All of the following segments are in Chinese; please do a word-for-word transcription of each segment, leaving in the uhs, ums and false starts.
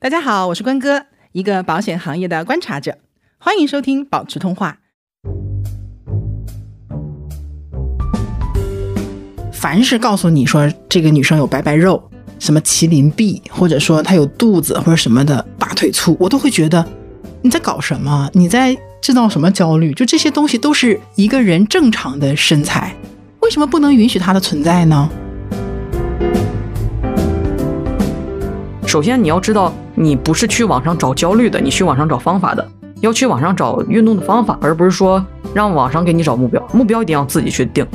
大家好，我是关哥，一个保险行业的观察者，欢迎收听保持通话。凡是告诉你说这个女生有白白肉，什么麒麟臂，或者说她有肚子或者什么的大腿粗，我都会觉得你在搞什么，你在制造什么焦虑，就这些东西都是一个人正常的身材，为什么不能允许它的存在呢？ 首先你要知道，你不是去网上找焦虑的，你去网上找方法的，要去网上找运动的方法，而不是说让网上给你找目标，目标一定要自己去定。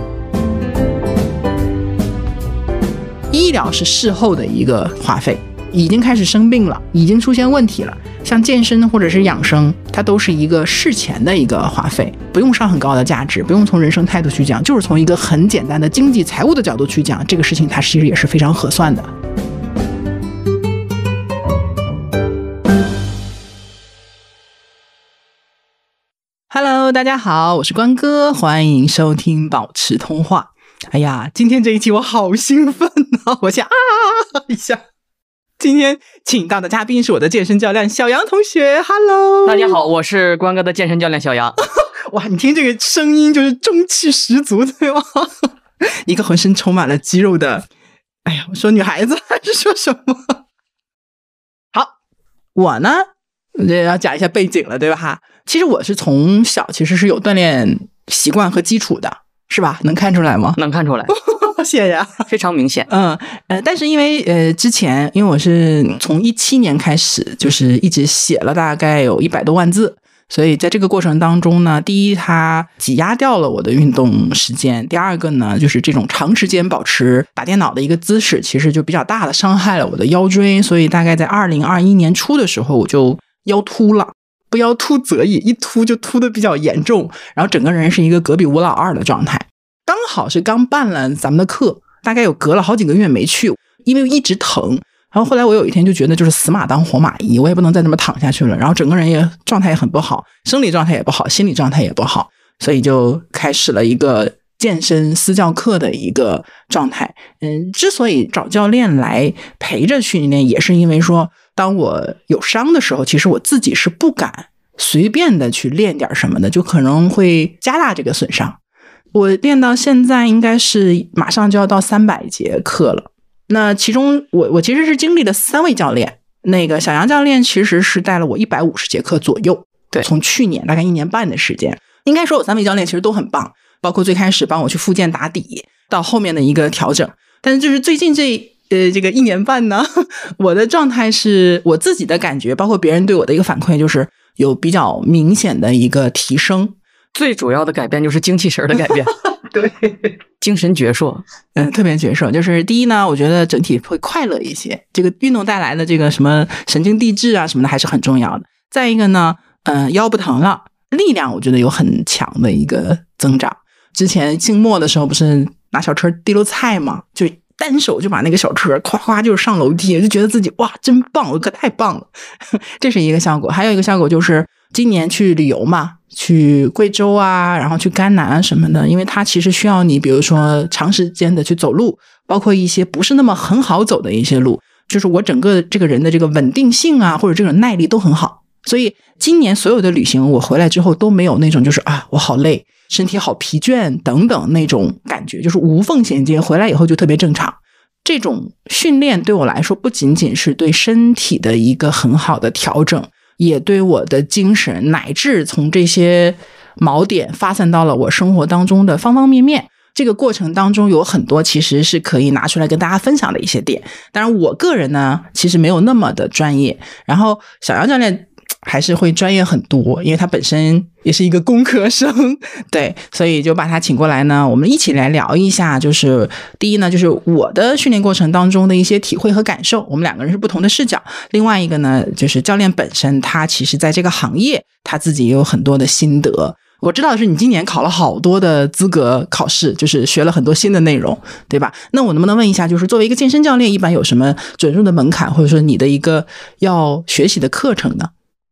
医疗是事后的一个花费，已经开始生病了，已经出现问题了，像健身或者是养生，它都是一个事前的一个花费，不用上很高的价值，不用从人生态度去讲，就是从一个很简单的经济财务的角度去讲，这个事情它其实也是非常合算的。Hello， 大家好，我是关哥，欢迎收听保持通话。哎呀，今天这一期我好兴奋啊！我想啊一下。今天请到的嘉宾是我的健身教练小杨同学 ，Hello， 大家好，我是关哥的健身教练小杨。 哇，你听这个声音就是中气十足，对吗？一个浑身充满了肌肉的，哎呀，我说女孩子还是说什么？好，我呢，这要讲一下背景了，对吧？哈，其实我是从小其实是有锻炼习惯和基础的，是吧？能看出来吗？ 能看出来。 谢谢啊， 非常明显。 嗯呃，但是因为呃之前因为我是从一七年开始，就是一直写了大概有一百多万字，所以在这个过程当中呢，第一它挤压掉了我的运动时间，第二个呢就是这种长时间保持打电脑的一个姿势，其实就比较大的伤害了我的腰椎，所以大概在二零二一年初的时候我就腰突了。不腰突则已，一突就突的比较严重，然后整个人是一个隔壁吴老二的状态。刚好是刚办了咱们的课，大概有隔了好几个月没去，因为一直疼。然后后来我有一天就觉得就是死马当活马医，我也不能再这么躺下去了，然后整个人也状态也很不好，生理状态也不好，心理状态也不好，所以就开始了一个健身私教课的一个状态。嗯，之所以找教练来陪着训练，也是因为说当我有伤的时候，其实我自己是不敢随便的去练点什么的，就可能会加大这个损伤。我练到现在应该是马上就要到三百节课了。那其中我我其实是经历了三位教练，那个小杨教练其实是带了我一百五十节课左右。 对， 从去年大概一年半的时间，应该说我三位教练其实都很棒，包括最开始帮我去复健打底，到后面的一个调整。但是就是最近这呃这个一年半呢，我的状态是我自己的感觉，包括别人对我的一个反馈，就是有比较明显的一个提升。 最主要的改变就是精气神的改变。 对， 精神矍铄。 嗯，特别矍铄。就是第一呢，我觉得整体会快乐一些，这个运动带来的这个什么神经递质啊什么的还是很重要的。再一个呢，嗯、呃，腰不疼了，力量我觉得有很强的一个增长。之前静默的时候不是拿小车提溜菜嘛，就单手就把那个小车夸夸就是上楼梯，就觉得自己哇真棒，我可太棒了。这是一个效果。还有一个效果就是今年去旅游嘛，去贵州啊，然后去甘南啊什么的，因为它其实需要你比如说长时间的去走路，包括一些不是那么很好走的一些路，就是我整个这个人的这个稳定性啊或者这种耐力都很好。所以今年所有的旅行我回来之后都没有那种就是啊我好累，身体好疲倦等等那种感觉，就是无缝衔接，回来以后就特别正常。这种训练对我来说不仅仅是对身体的一个很好的调整，也对我的精神乃至从这些锚点发散到了我生活当中的方方面面。这个过程当中有很多其实是可以拿出来跟大家分享的一些点，当然我个人呢其实没有那么的专业，然后小杨教练还是会专业很多，因为他本身也是一个工科生，对，所以就把他请过来呢，我们一起来聊一下，就是第一呢就是我的训练过程当中的一些体会和感受，我们两个人是不同的视角。另外一个呢就是教练本身他其实在这个行业他自己也有很多的心得。我知道的是你今年考了好多的资格考试，就是学了很多新的内容，对吧？那我能不能问一下，就是作为一个健身教练一般有什么准入的门槛，或者说你的一个要学习的课程呢？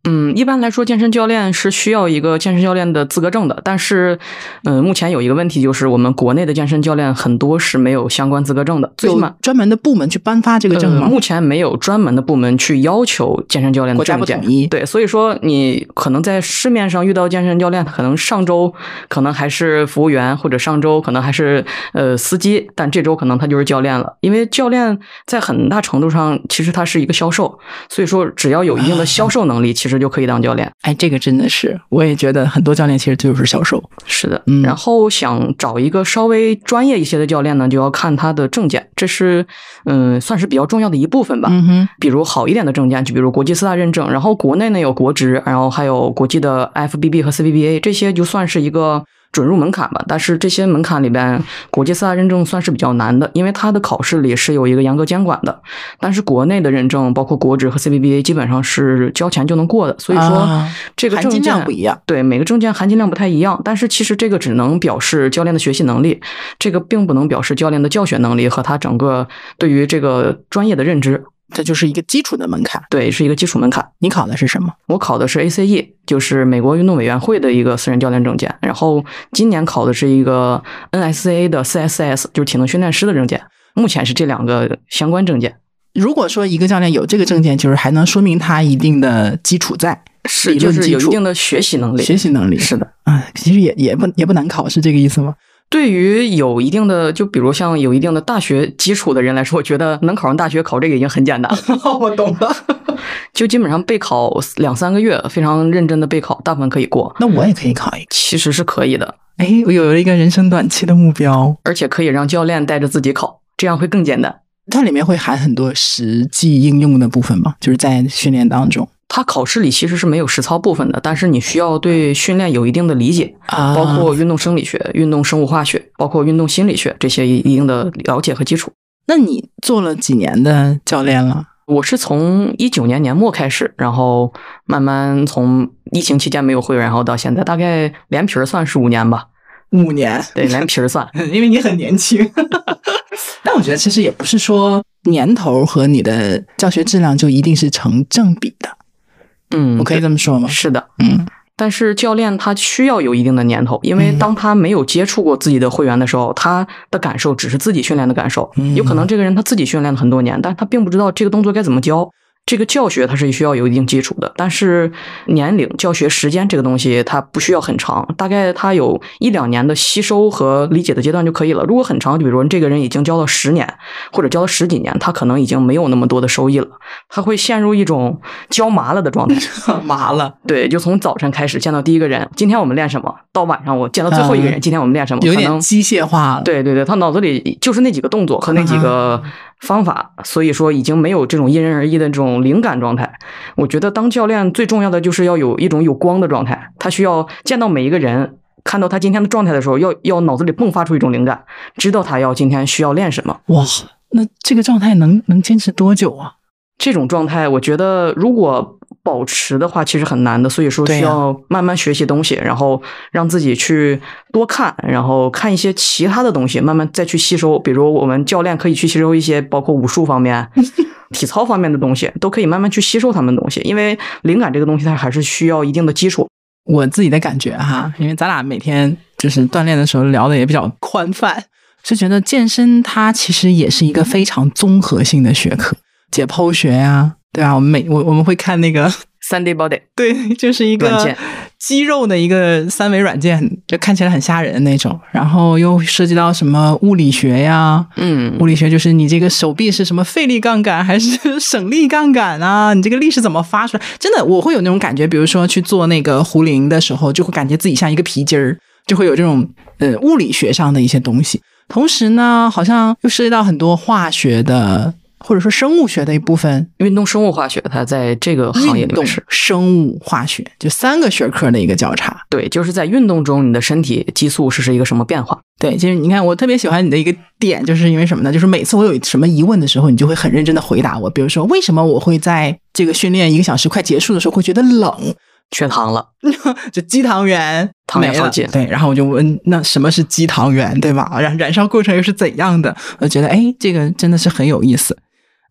嗯，一般来说，健身教练是需要一个健身教练的资格证的，但是，嗯、呃，目前有一个问题就是，我们国内的健身教练很多是没有相关资格证的，最起码有专门的部门去颁发这个证吗？ 呃、目前没有专门的部门去要求健身教练的证件， 国家不统一。 对，所以说你可能在市面上遇到健身教练，可能上周可能还是服务员，或者上周可能还是呃司机，但这周可能他就是教练了，因为教练在很大程度上其实他是一个销售，所以说只要有一定的销售能力，其实就可以当教练。 哎，这个真的是，我也觉得很多教练其实就是销售。 是的， 嗯， 然后想找一个稍微专业一些的教练呢，就要看他的证件，这是嗯、呃、算是比较重要的一部分吧。 嗯哼， 比如好一点的证件，就比如国际四大认证，然后国内呢有国职，然后还有国际的 F B B 和 C B B A， 这些就算是一个准入门槛吧。但是这些门槛里边，国际四大认证算是比较难的，因为它的考试里是有一个严格监管的。但是国内的认证，包括国职和 C B B A， 基本上是交钱就能过的。所以说，这个证件、 啊、含金量不一样。 对，每个证件含金量不太一样。但是其实这个只能表示教练的学习能力，这个并不能表示教练的教学能力和他整个对于这个专业的认知。 这就是一个基础的门槛。 对，是一个基础门槛。 你考的是什么？ 我考的是 A C E， 就是美国运动委员会的一个私人教练证件。然后今年考的是一个 N S C A 的 C S S， 就是体能训练师的证件。目前是这两个相关证件。 如果说一个教练有这个证件，就是还能说明他一定的基础在， 是就是有一定的学习能力。 学习能力是的， 啊，其实也也不也不难考，是这个意思吗？ 对于有一定的，就比如像有一定的大学基础的人来说，我觉得能考上大学，考这个已经很简单了。 我懂了， 就基本上备考两三个月，非常认真的备考，大部分可以过。 那我也可以考一个， 其实是可以的。 哎，我有了一个人生短期的目标， 而且可以让教练带着自己考，这样会更简单。 它里面会含很多实际应用的部分吗？就是在训练当中。 它考试里其实是没有实操部分的，但是你需要对训练有一定的理解， 啊， 包括运动生理学、运动生物化学，包括运动心理学这些一定的了解和基础。 那你做了几年的教练了？ 我是从一九年年末开始，然后慢慢从疫情期间没有会员，然后到现在大概连皮儿算是五年吧。 五年， 对，连皮儿算， 因为你很年轻。但我觉得其实也不是说年头和你的教学质量就一定是成正比的。 嗯， 我可以这么说吗？ 是的， 嗯。 但是教练他需要有一定的年头，因为当他没有接触过自己的会员的时候，他的感受只是自己训练的感受。有可能这个人他自己训练了很多年，但是他并不知道这个动作该怎么教。这个教学它是需要有一定基础的，但是年龄、教学时间这个东西它不需要很长，大概它有一两年的吸收和理解的阶段就可以了。如果很长，就比如说这个人已经教了十年或者教了十几年，他可能已经没有那么多的收益了，他会陷入一种教麻了的状态。 麻了， 对，就从早晨开始见到第一个人，今天我们练什么，到晚上我见到最后一个人，嗯、今天我们练什么， 有点机械化了。 对对对，他脑子里就是那几个动作和那几个方法，嗯、所以说已经没有这种因人而异的这种灵感状态。我觉得当教练最重要的就是要有一种有光的状态，他需要见到每一个人，看到他今天的状态的时候，要要脑子里迸发出一种灵感，知道他要今天需要练什么。 哇，那这个状态能能坚持多久啊？ 这种状态我觉得如果保持的话其实很难的，所以说需要慢慢学习东西，然后让自己去多看，然后看一些其他的东西，慢慢再去吸收。比如我们教练可以去吸收一些包括武术方面体操方面的东西，都可以慢慢去吸收他们的东西，因为灵感这个东西它还是需要一定的基础。 我自己的感觉哈，因为咱俩每天就是锻炼的时候聊的也比较宽泛，就觉得健身它其实也是一个非常综合性的学科，解剖学呀，对啊，我们每我我们会看那个三 D Body， 对，就是一个肌肉的一个三维软件，就看起来很吓人的那种。然后又涉及到什么物理学呀， 嗯， 物理学就是你这个手臂是什么费力杠杆还是省力杠杆啊？你这个力是怎么发出来？真的，我会有那种感觉，比如说去做那个壶铃的时候，就会感觉自己像一个皮筋儿，就会有这种呃物理学上的一些东西。同时呢，好像又涉及到很多化学的。或者说生物学的一部分， 运动生物化学它在这个行业里面是生物化学，就三个学科的一个交叉。 对，就是在运动中你的身体激素是是一个什么变化。 对，其实你看我特别喜欢你的一个点，就是因为什么呢？就是每次我有什么疑问的时候，你就会很认真的回答我。比如说为什么我会在这个训练一个小时快结束的时候会觉得冷？ 缺糖了， 就肌糖原糖原耗尽。 对，然后我就问，那什么是肌糖原，对吧？燃燃烧过程又是怎样的？我觉得哎，这个真的是很有意思。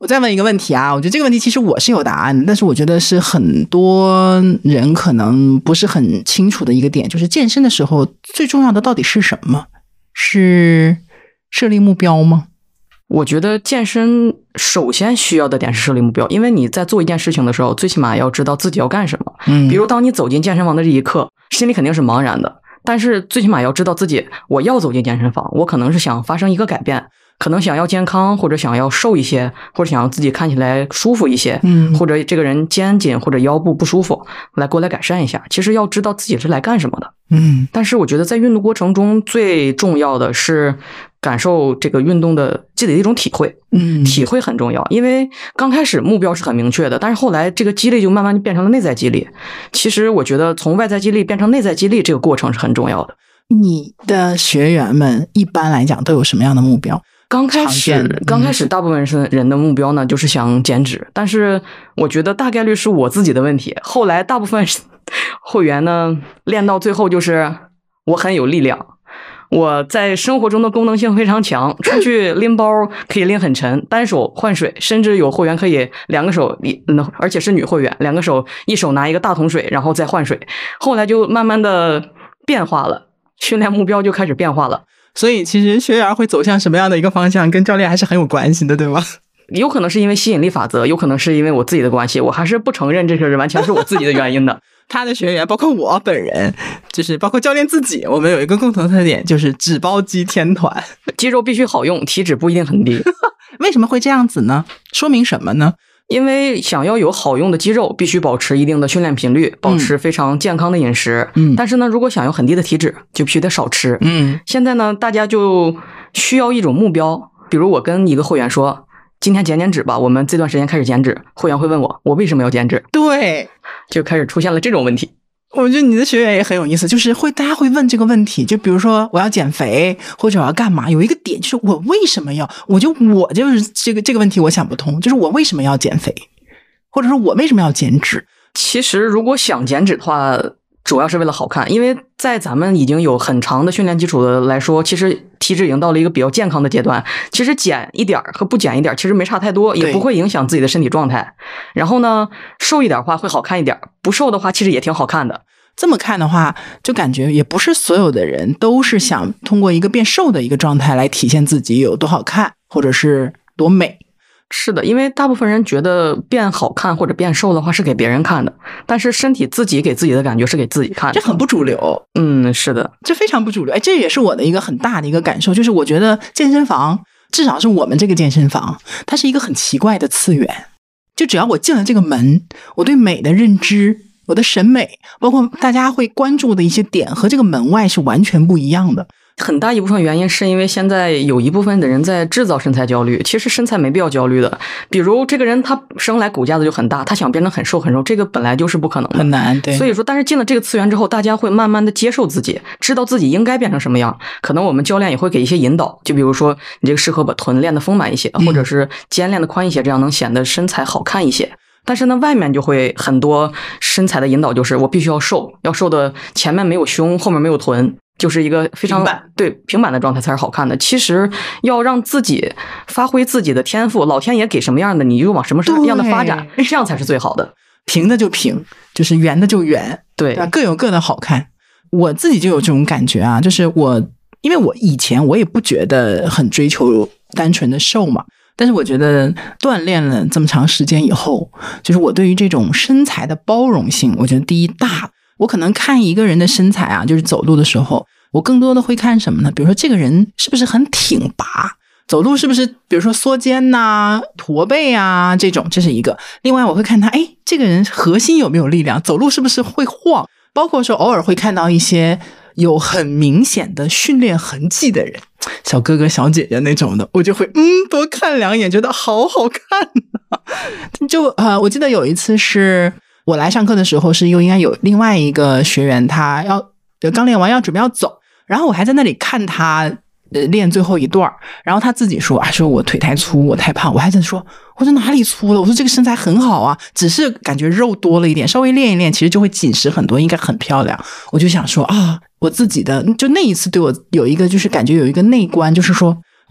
我再问一个问题啊，我觉得这个问题其实我是有答案的，但是我觉得是很多人可能不是很清楚的一个点，就是健身的时候最重要的到底是什么？是设立目标吗？ 我觉得健身首先需要的点是设立目标，因为你在做一件事情的时候，最起码要知道自己要干什么。 嗯， 比如当你走进健身房的这一刻，心里肯定是茫然的，但是最起码要知道自己我要走进健身房，我可能是想发生一个改变，可能想要健康，或者想要瘦一些，或者想要自己看起来舒服一些， 嗯， 或者这个人肩颈或者腰部不舒服，来过来改善一下。其实要知道自己是来干什么的。 嗯， 但是我觉得在运动过程中最重要的是感受这个运动的自己的一种体会。 嗯， 体会很重要，因为刚开始目标是很明确的，但是后来这个激励就慢慢变成了内在激励。其实我觉得从外在激励变成内在激励这个过程是很重要的。 你的学员们一般来讲都有什么样的目标？ 刚开始，刚开始大部分人的目标呢，就是想减脂，但是我觉得大概率是我自己的问题。后来大部分会员呢，练到最后就是我很有力量，我在生活中的功能性非常强，出去拎包可以拎很沉，单手换水，甚至有会员可以两个手，而且是女会员，两个手一手拿一个大桶水，然后再换水。后来就慢慢的变化了，训练目标就开始变化了。 所以其实学员会走向什么样的一个方向，跟教练还是很有关系的，对吧？ 有可能是因为吸引力法则，有可能是因为我自己的关系，我还是不承认这是完全是我自己的原因的。 他的学员包括我本人，就是包括教练自己，我们有一个共同特点，就是脂包肌天团， 肌肉必须好用，体脂不一定很低。 为什么会这样子呢？说明什么呢？ 因为想要有好用的肌肉，必须保持一定的训练频率，保持非常健康的饮食。 嗯， 但是呢，如果想要很低的体脂，就必须得少吃。 嗯， 现在呢，大家就需要一种目标，比如我跟一个会员说，今天减减脂吧，我们这段时间开始减脂。会员会问我，我为什么要减脂？ 对， 就开始出现了这种问题。 我觉得你的学员也很有意思，就是会大家会问这个问题，就比如说我要减肥或者我要干嘛，有一个点就是我为什么要，我就我就是这个这个问题我想不通，就是我为什么要减肥，或者说我为什么要减脂？ 其实如果想减脂的话，主要是为了好看，因为在咱们已经有很长的训练基础的来说，其实体脂已经到了一个比较健康的阶段，其实减一点和不减一点其实没差太多，也不会影响自己的身体状态。然后呢，瘦一点的话会好看一点，不瘦的话其实也挺好看的。 这么看的话，就感觉也不是所有的人都是想通过一个变瘦的一个状态来体现自己有多好看或者是多美。 是的，因为大部分人觉得变好看或者变瘦的话是给别人看的，但是身体自己给自己的感觉是给自己看的， 这很不主流。 嗯，是的， 这非常不主流。哎，这也是我的一个很大的一个感受，就是我觉得健身房，至少是我们这个健身房，它是一个很奇怪的次元。就只要我进了这个门，我对美的认知，我的审美，包括大家会关注的一些点，和这个门外是完全不一样的。 很大一部分原因是因为现在有一部分的人在制造身材焦虑，其实身材没必要焦虑的。比如这个人他生来骨架子就很大，他想变成很瘦很瘦，这个本来就是不可能的， 很难。对， 所以说但是进了这个次元之后，大家会慢慢的接受自己，知道自己应该变成什么样。可能我们教练也会给一些引导，就比如说你这个适合把臀练得丰满一些，或者是肩练得宽一些，这样能显得身材好看一些。但是呢，外面就会很多身材的引导，就是我必须要瘦，要瘦的前面没有胸，后面没有臀，就是一个非常平板对平板的状态才是好看的。其实要让自己发挥自己的天赋，老天爷给什么样的，你就往什么样的发展，这样才是最好的。 平的就平，就是圆的就圆， 对， 对吧？各有各的好看。我自己就有这种感觉啊，就是我，因为我以前我也不觉得很追求单纯的瘦嘛。但是我觉得锻炼了这么长时间以后，就是我对于这种身材的包容性，我觉得第一大，我可能看一个人的身材啊，就是走路的时候，我更多的会看什么呢？比如说这个人是不是很挺拔，走路是不是比如说缩肩呐、驼背啊这种，这是一个。另外我会看他，哎，这个人核心有没有力量，走路是不是会晃，包括说偶尔会看到一些有很明显的训练痕迹的人，小哥哥小姐姐那种的，我就会嗯多看两眼，觉得好好看啊。就呃，我记得有一次是我来上课的时候，是又应该有另外一个学员，他要刚练完要准备要走，然后我还在那里看他呃练最后一段，然后他自己说啊，说我腿太粗，我太胖，我还在说，我说哪里粗了？我说这个身材很好啊，只是感觉肉多了一点，稍微练一练，其实就会紧实很多，应该很漂亮。我就想说啊，我自己的就那一次对我有一个就是感觉有一个内观，就是说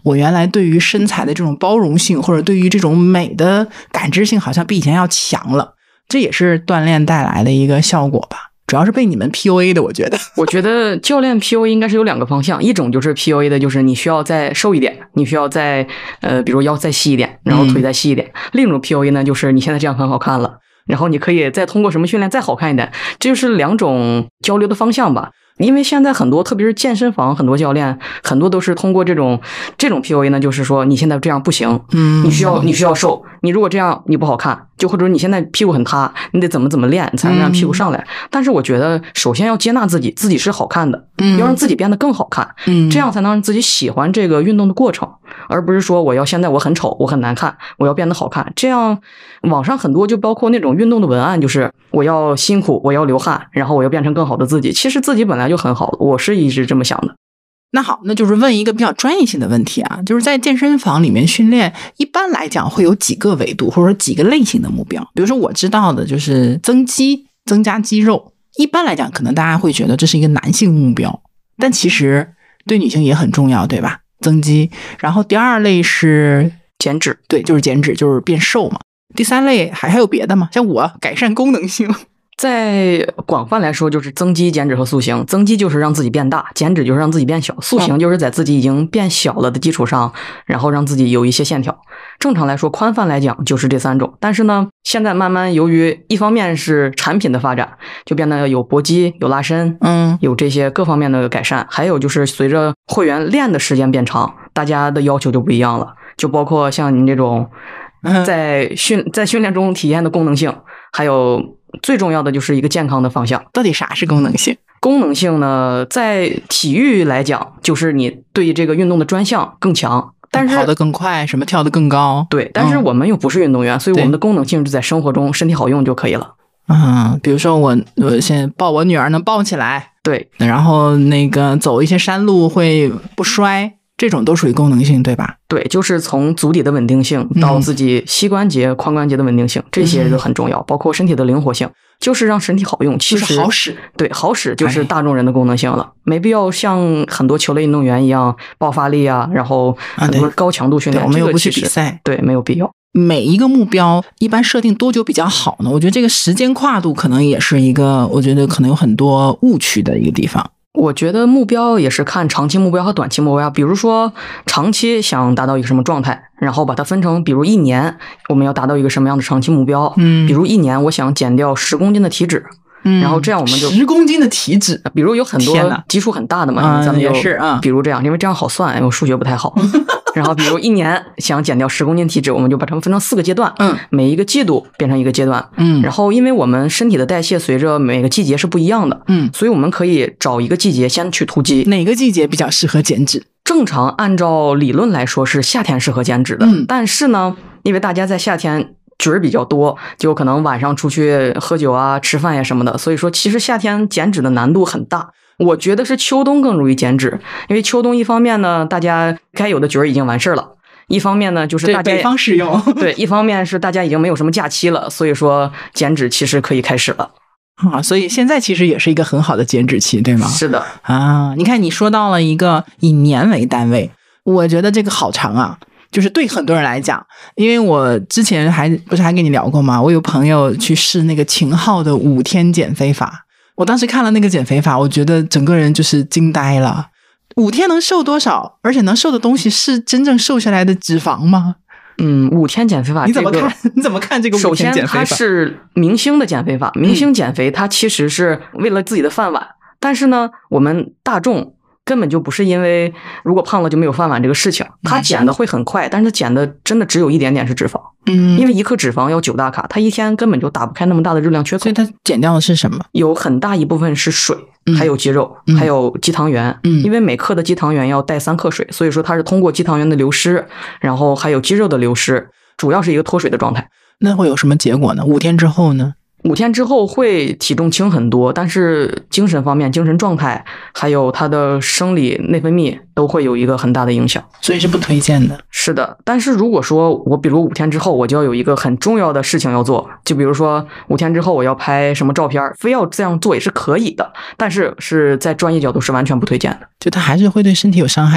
我原来对于身材的这种包容性，或者对于这种美的感知性好像比以前要强了，这也是锻炼带来的一个效果吧。主要是被你们 P U A 的，我觉得。 我觉得教练 P U A 应该是有两个方向，一种就是 P U A 的，就是你需要再瘦一点，你需要再呃，比如腰再细一点，然后腿再细一点。嗯、另一种 P U A 呢，就是你现在这样很好看了，然后你可以再通过什么训练再好看一点，这就是两种交流的方向吧。因为现在很多，特别是健身房，很多教练很多都是通过这种这种 P U A 呢，就是说你现在这样不行，嗯，你需要你需要瘦，你如果这样你不好看，就或者你现在屁股很塌，你得怎么怎么练才能让屁股上来。嗯、但是我觉得，首先要接纳自己，自己是好看的，嗯，要让自己变得更好看，嗯，这样才能让自己喜欢这个运动的过程，而不是说我要现在我很丑，我很难看，我要变得好看。这样网上很多就包括那种运动的文案，就是我要辛苦，我要流汗，然后我要变成更好的自己。其实自己本来就很好了，我是一直这么想的。 那好，那就是问一个比较专业性的问题啊，就是在健身房里面训练，一般来讲会有几个维度或者说几个类型的目标。比如说我知道的就是增肌、增加肌肉，一般来讲可能大家会觉得这是一个男性目标，但其实对女性也很重要，对吧？增肌。然后第二类是减脂， 对，就是减脂，就是变瘦嘛。第三类还还有别的吗？像我改善功能性。 在广泛来说，就是增肌、减脂和塑形。增肌就是让自己变大，减脂就是让自己变小，塑形就是在自己已经变小了的基础上，然后让自己有一些线条。正常来说，宽泛来讲就是这三种。但是呢，现在慢慢由于一方面是产品的发展，就变得有搏击、有拉伸，嗯，有这些各方面的改善。还有就是随着会员练的时间变长，大家的要求就不一样了。就包括像你这种在训在训练中体验的功能性，还有最重要的就是一个健康的方向。 到底啥是功能性？ 功能性呢，在体育来讲，就是你对这个运动的专项更强，但是跑得更快，什么跳得更高。 对，但是我们又不是运动员，嗯、所以我们的功能性就在生活中身体好用就可以了。 嗯，比如说我我现在抱我女儿能抱起来， 对， 然后那个走一些山路会不摔。这种都属于功能性，对吧？ 对，就是从足底的稳定性到自己膝关节、嗯、髋关节的稳定性，这些都很重要，包括身体的灵活性，就是让身体好用。其实好使， 对，好使就是大众人的功能性了，没必要像很多球类运动员一样爆发力啊，然后很多高强度训练， 我们又不去比赛， 对，没有必要。 每一个目标一般设定多久比较好呢？我觉得这个时间跨度可能也是一个，我觉得可能有很多误区的一个地方。 我觉得目标也是看长期目标和短期目标，比如说长期想达到一个什么状态，然后把它分成，比如一年我们要达到一个什么样的长期目标，嗯，比如一年我想减掉十公斤的体脂，嗯，然后这样我们就十公斤的体脂， 比如有很多基数很大的嘛，咱们也是啊， 比如这样，因为这样好算，我数学不太好。然后比如一年想减掉十公斤体脂，我们就把它们分成四个阶段，嗯，每一个季度变成一个阶段，嗯，然后因为我们身体的代谢随着每个季节是不一样的，嗯，所以我们可以找一个季节先去突击。 哪个季节比较适合减脂？ 正常按照理论来说是夏天适合减脂的，嗯，但是呢，因为大家在夏天局儿比较多，就可能晚上出去喝酒啊、吃饭呀什么的，所以说其实夏天减脂的难度很大。我觉得是秋冬更容易减脂，因为秋冬一方面呢，大家该有的局儿已经完事儿了，一方面呢就是大家北方适用， 对，一方面是大家已经没有什么假期了，所以说减脂其实可以开始了。 啊，所以现在其实也是一个很好的减脂期，对吗？ 是的啊，你看你说到了一个以年为单位，我觉得这个好长啊。就是对很多人来讲，因为我之前还不是还跟你聊过吗？我有朋友去试那个秦昊的五天减肥法，我当时看了那个减肥法，我觉得整个人就是惊呆了。五天能瘦多少？而且能瘦的东西是真正瘦下来的脂肪吗？ 嗯，五天减肥法、这个， 你怎么看？你怎么看这个五天减肥法？ 首先，它是明星的减肥法，明星减肥它其实是为了自己的饭碗，嗯、但是呢，我们大众根本就不是因为如果胖了就没有饭碗这个事情，他减的会很快，但是他减的真的只有一点点是脂肪，嗯，因为一克脂肪要九大卡，他一天根本就打不开那么大的热量缺口， 所以他减掉的是什么？ 有很大一部分是水，还有肌肉，嗯、还有肌糖原，嗯，因为每克的肌糖原要带三克水，所以说它是通过肌糖原的流失，然后还有肌肉的流失，主要是一个脱水的状态。 那会有什么结果呢？五天之后呢？ 五天之后会体重轻很多，但是精神方面、精神状态还有他的生理内分泌都会有一个很大的影响， 所以是不推荐的。 是的，但是如果说我比如五天之后我就要有一个很重要的事情要做，就比如说五天之后我要拍什么照片，非要这样做也是可以的，但是是在专业角度是完全不推荐的， 就它还是会对身体有伤害性。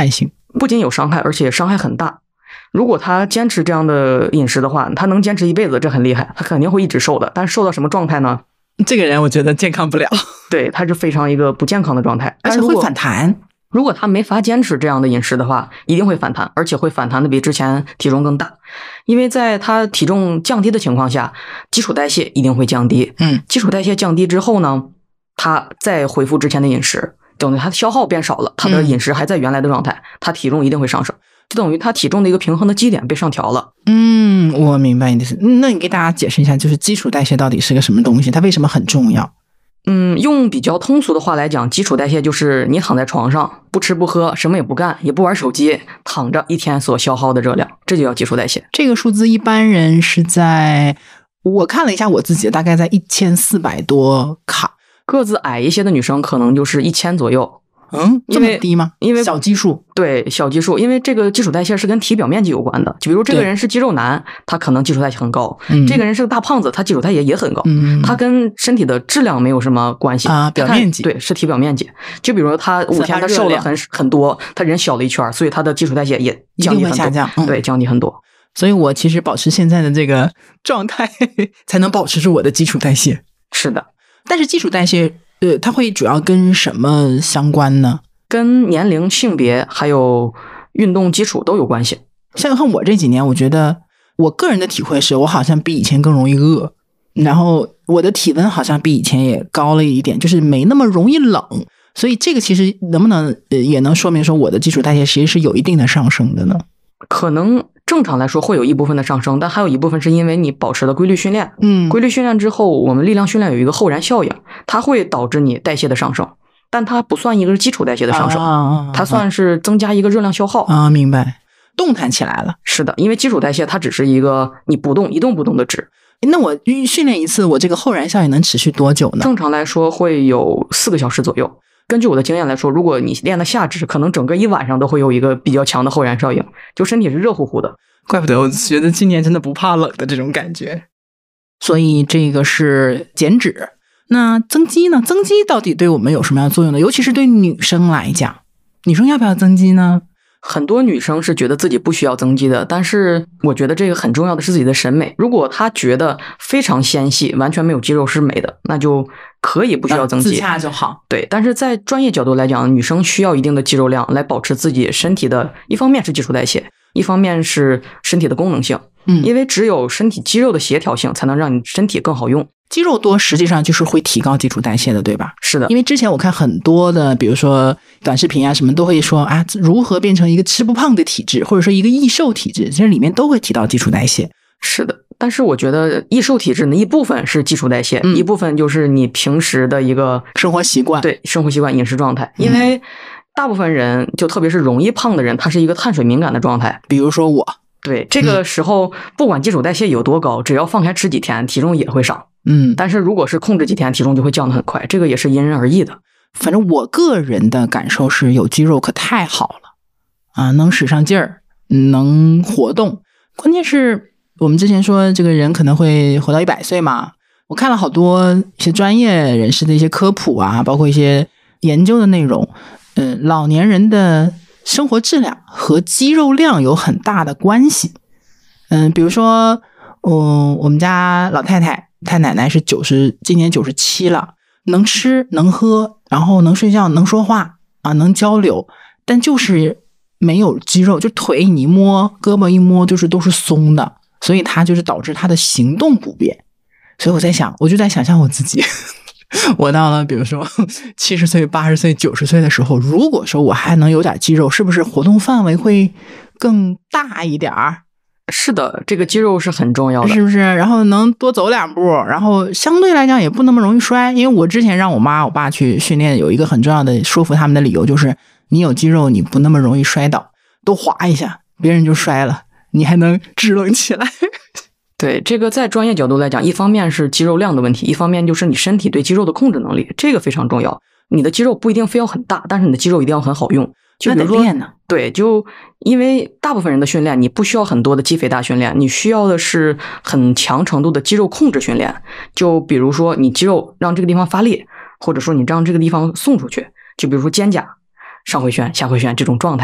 不仅有伤害，而且伤害很大。如果他坚持这样的饮食的话，他能坚持一辈子，这很厉害，他肯定会一直瘦的。但是瘦到什么状态呢？ 这个人我觉得健康不了， 对，他是非常一个不健康的状态， 而且会反弹。 如果他没法坚持这样的饮食的话，一定会反弹，而且会反弹的比之前体重更大。因为在他体重降低的情况下，基础代谢一定会降低。 嗯， 基础代谢降低之后呢，他再恢复之前的饮食，等于他的消耗变少了，他的饮食还在原来的状态，嗯、他体重一定会上升，就等于他体重的一个平衡的基点被上调了。 嗯，我明白你的意思。那你给大家解释一下，就是基础代谢到底是个什么东西？它为什么很重要？ 嗯，用比较通俗的话来讲，基础代谢就是你躺在床上不吃不喝，什么也不干，也不玩手机，躺着一天所消耗的热量，这就叫基础代谢。 这个数字一般人是在，我看了一下我自己，大概在一千四百多卡。 个子矮一些的女生可能就是一千左右。 嗯，这么低吗？ 因为小基数， 对，小基数，因为这个基础代谢是跟体表面积有关的。就比如这个人是肌肉男，他可能基础代谢很高； 嗯、 这个人是个大胖子，他基础代谢也很高。 嗯， 他跟身体的质量没有什么关系啊，表面积， 对，是体表面积。就比如他五天他瘦了很很多，他人小了一圈，所以他的基础代谢也降低很多， 下降，嗯、 对，降低很多。 所以我其实保持现在的这个状态，才能保持住我的基础代谢。 是的， 但是基础代谢，呃，它会主要跟什么相关呢？ 跟年龄、性别还有运动基础都有关系。 像看我这几年，我觉得我个人的体会是我好像比以前更容易饿，然后我的体温好像比以前也高了一点，就是没那么容易冷。所以这个其实能不能呃也能说明说我的基础代谢其实是有一定的上升的呢？ 可能正常来说会有一部分的上升，但还有一部分是因为你保持了规律训练。 嗯， 规律训练之后，我们力量训练有一个后燃效应，它会导致你代谢的上升。但它不算一个基础代谢的上升， 啊、 它算是增加一个热量消耗啊，明白，动弹起来了。 是的，因为基础代谢它只是一个你不动一动不动的值。 那我训练一次，我这个后燃效应能持续多久呢？ 正常来说会有四个小时左右。根据我的经验来说，如果你练的下肢，可能整个一晚上都会有一个比较强的后燃效应，就身体是热乎乎的。 怪不得我觉得今年真的不怕冷的这种感觉。所以这个是减脂。那增肌呢？增肌到底对我们有什么样的作用呢？尤其是对女生来讲，女生要不要增肌呢？ 很多女生是觉得自己不需要增肌的，但是我觉得这个很重要的是自己的审美。如果她觉得非常纤细，完全没有肌肉是美的，那就可以不需要增肌， 自洽就好。 对，但是在专业角度来讲，女生需要一定的肌肉量来保持自己身体的，一方面是基础代谢，一方面是身体的功能性。 嗯， 因为只有身体肌肉的协调性，才能让你身体更好用。 肌肉多实际上就是会提高基础代谢的，对吧？ 是的， 因为之前我看很多的比如说短视频啊什么都会说啊，如何变成一个吃不胖的体质，或者说一个易瘦体质，这里面都会提到基础代谢。 是的，但是我觉得易瘦体质呢，一部分是基础代谢、嗯、一部分就是你平时的一个生活习惯， 对，生活习惯饮食状态。因为大部分人就特别是容易胖的人，他是一个碳水敏感的状态， 比如说我， 对，这个时候不管基础代谢有多高、嗯、只要放开吃几天体重也会上。 嗯， 但是如果是控制几天，体重就会降得很快，这个也是因人而异的。 反正我个人的感受是，有肌肉可太好了啊，能使上劲儿，能活动。关键是我们之前说这个人可能会活到一百岁嘛，我看了好多一些专业人士的一些科普啊，包括一些研究的内容，嗯、呃，老年人的生活质量和肌肉量有很大的关系。嗯、呃，比如说，嗯，我们家老太太。太奶奶是九十，今年九十七了，能吃能喝，然后能睡觉能说话啊，能交流，但就是没有肌肉，就腿你一摸，胳膊一摸，就是都是松的，所以它就是导致他的行动不便。所以我在想，我就在想象我自己，我到了比如说七十岁、八十岁、九十岁的时候，如果说我还能有点肌肉，是不是活动范围会更大一点儿？ 是的，这个肌肉是很重要的， 是不是？然后能多走两步，然后相对来讲也不那么容易摔。因为我之前让我妈我爸去训练，有一个很重要的说服他们的理由，就是你有肌肉你不那么容易摔倒，多滑一下别人就摔了，你还能支棱起来。 对，这个在专业角度来讲，一方面是肌肉量的问题，一方面就是你身体对肌肉的控制能力，这个非常重要。你的肌肉不一定非要很大，但是你的肌肉一定要很好用。就比如说，对，就因为大部分人的训练，你不需要很多的肌肥大训练，你需要的是很强程度的肌肉控制训练。就比如说，你肌肉让这个地方发力，或者说你让这个地方送出去，就比如说肩胛、上回旋、下回旋这种状态，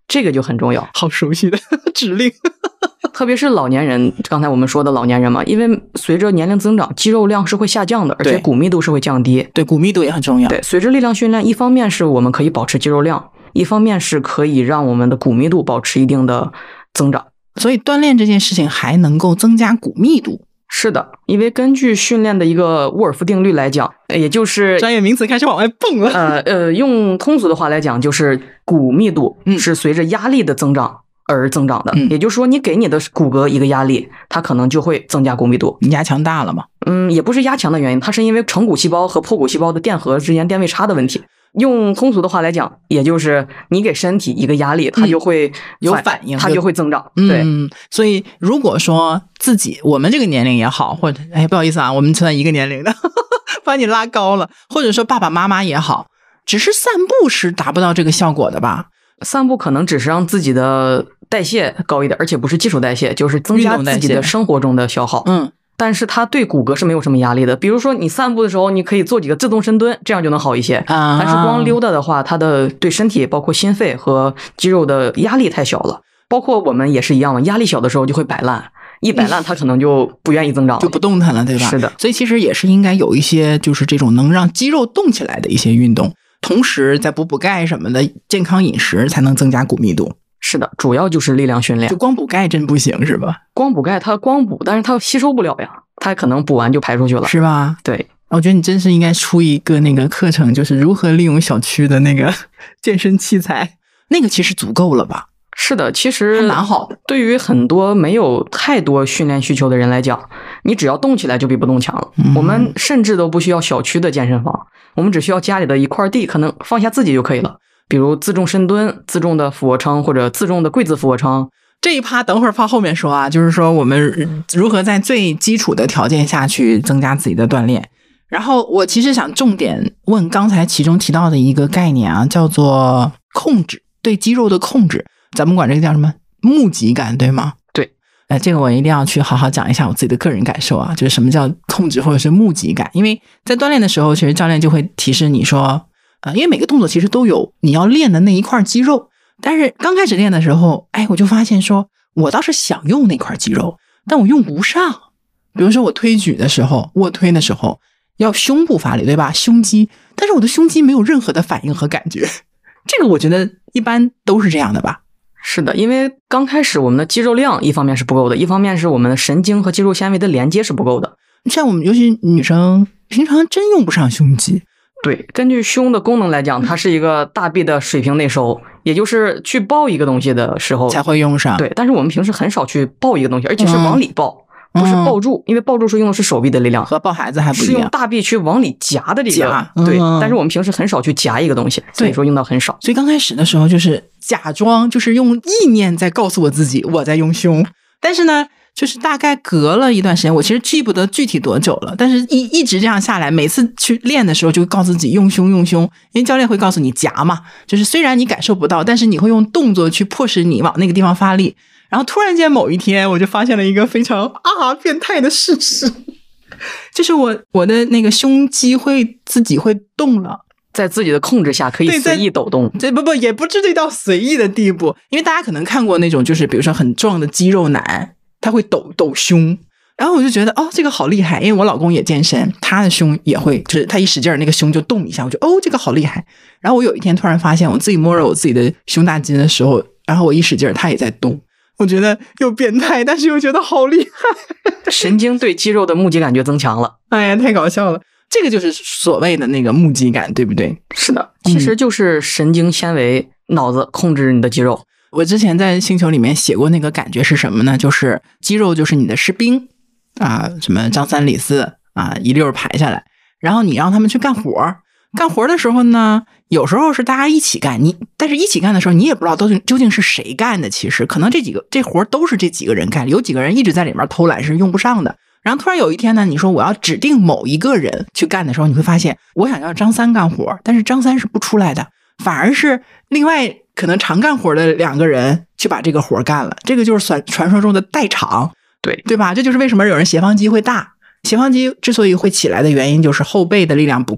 这个就很重要。 好熟悉的指令。 特别是老年人，刚才我们说的老年人嘛，因为随着年龄增长，肌肉量是会下降的，而且骨密度是会降低。 对，骨密度也很重要。 对，随着力量训练，一方面是我们可以保持肌肉量，一方面是可以让我们的骨密度保持一定的增长。 所以锻炼这件事情还能够增加骨密度。 是的，因为根据训练的一个沃尔夫定律来讲，也就是专业名词开始往外蹦了。 呃呃，用通俗的话来讲，就是骨密度是随着压力的增长而增长的。嗯、也就是说，你给你的骨骼一个压力，它可能就会增加骨密度。 你压强大了吗？ 嗯，也不是压强的原因，它是因为成骨细胞和破骨细胞的电荷之间电位差的问题。用通俗的话来讲，也就是你给身体一个压力，它就会有反应， 它就会增长。 对，嗯，所以如果说自己我们这个年龄也好，或者哎不好意思啊，我们算一个年龄的，把你拉高了，或者说爸爸妈妈也好，只是散步是达不到这个效果的吧？ 散步可能只是让自己的代谢高一点，而且不是基础代谢，就是增加自己的生活中的消耗。嗯。但是它对骨骼是没有什么压力的，比如说你散步的时候，你可以做几个自动深蹲，这样就能好一些。啊、但是光溜达的话，它的对身体包括心肺和肌肉的压力太小了。包括我们也是一样嘛，压力小的时候就会摆烂，一摆烂它可能就不愿意增长了， 就不动弹了，对吧？ 是的， 所以其实也是应该有一些就是这种能让肌肉动起来的一些运动，同时再补补钙什么的，健康饮食才能增加骨密度。 是的，主要就是力量训练。 就光补钙真不行是吧？ 光补钙它光补，但是它吸收不了呀，它可能补完就排出去了， 是吧？ 对， 我觉得你真是应该出一个那个课程，就是如何利用小区的那个健身器材，那个其实足够了吧？ 是的，其实蛮好的。 对于很多没有太多训练需求的人来讲，你只要动起来就比不动强了。嗯、我们甚至都不需要小区的健身房，我们只需要家里的一块地，可能放下自己就可以了。比如自重深蹲、自重的俯卧撑或者自重的跪姿俯卧撑。 这一趴等会儿放后面说啊，就是说我们如何在最基础的条件下去增加自己的锻炼。然后我其实想重点问刚才其中提到的一个概念啊，叫做控制，对肌肉的控制，咱们管这个叫什么？目击感，对吗？ 对， 哎，这个我一定要去好好讲一下我自己的个人感受啊，就是什么叫控制或者是目击感。因为在锻炼的时候，其实教练就会提示你说，呃，因为每个动作其实都有你要练的那一块肌肉，但是刚开始练的时候，哎，我就发现说我倒是想用那块肌肉，但我用不上。比如说我推举的时候，卧推的时候要胸部发力，对吧？胸肌，但是我的胸肌没有任何的反应和感觉。这个我觉得一般都是这样的吧。 是的，因为刚开始我们的肌肉量一方面是不够的，一方面是我们的神经和肌肉纤维的连接是不够的。 像我们尤其女生平常真用不上胸肌。 对，根据胸的功能来讲，它是一个大臂的水平内收，也就是去抱一个东西的时候才会用上。 对，但是我们平时很少去抱一个东西，而且是往里抱，嗯、不是抱住，因为抱住是用的是手臂的力量， 和抱孩子还不一样， 是用大臂去往里夹的这个。 夹， 对、 嗯， 但是我们平时很少去夹一个东西，所以说用到很少。 所以刚开始的时候就是假装，就是用意念在告诉我自己我在用胸，但是呢。就是大概隔了一段时间，我其实记不得具体多久了，但是一一直这样下来，每次去练的时候就告诉自己用胸用胸，因为教练会告诉你夹嘛，就是虽然你感受不到，但是你会用动作去迫使你往那个地方发力。然后突然间某一天，我就发现了一个非常啊变态的事实，就是我我的那个胸肌会自己会动了。 在自己的控制下可以随意抖动， 这不不也不至于到随意的地步，因为大家可能看过那种就是比如说很壮的肌肉男，他会抖抖胸，然后我就觉得哦这个好厉害，因为我老公也健身，他的胸也会，就是他一使劲那个胸就动一下，我就哦这个好厉害。然后我有一天突然发现我自己摸着我自己的胸大肌的时候，然后我一使劲他也在动，我觉得又变态，但是又觉得好厉害， 神经对肌肉的目击感觉增强了。 哎呀太搞笑了，这个就是所谓的那个目击感，对不对？ 是的，其实就是神经纤维、嗯、脑子控制你的肌肉。 我之前在星球里面写过那个感觉是什么呢？就是肌肉就是你的士兵啊，什么张三李四啊，一溜排下来，然后你让他们去干活，干活的时候呢，有时候是大家一起干，你但是一起干的时候，你也不知道都究竟是谁干的，其实可能这几个这活都是这几个人干，有几个人一直在里面偷懒是用不上的。然后突然有一天呢，你说我要指定某一个人去干的时候，你会发现我想要张三干活，但是张三是不出来的，反而是另外可能常干活的两个人去把这个活干了。这个就是传传说中的代偿， 对对吧？这就是为什么有人斜方肌会大，斜方肌之所以会起来的原因就是后背的力量不够，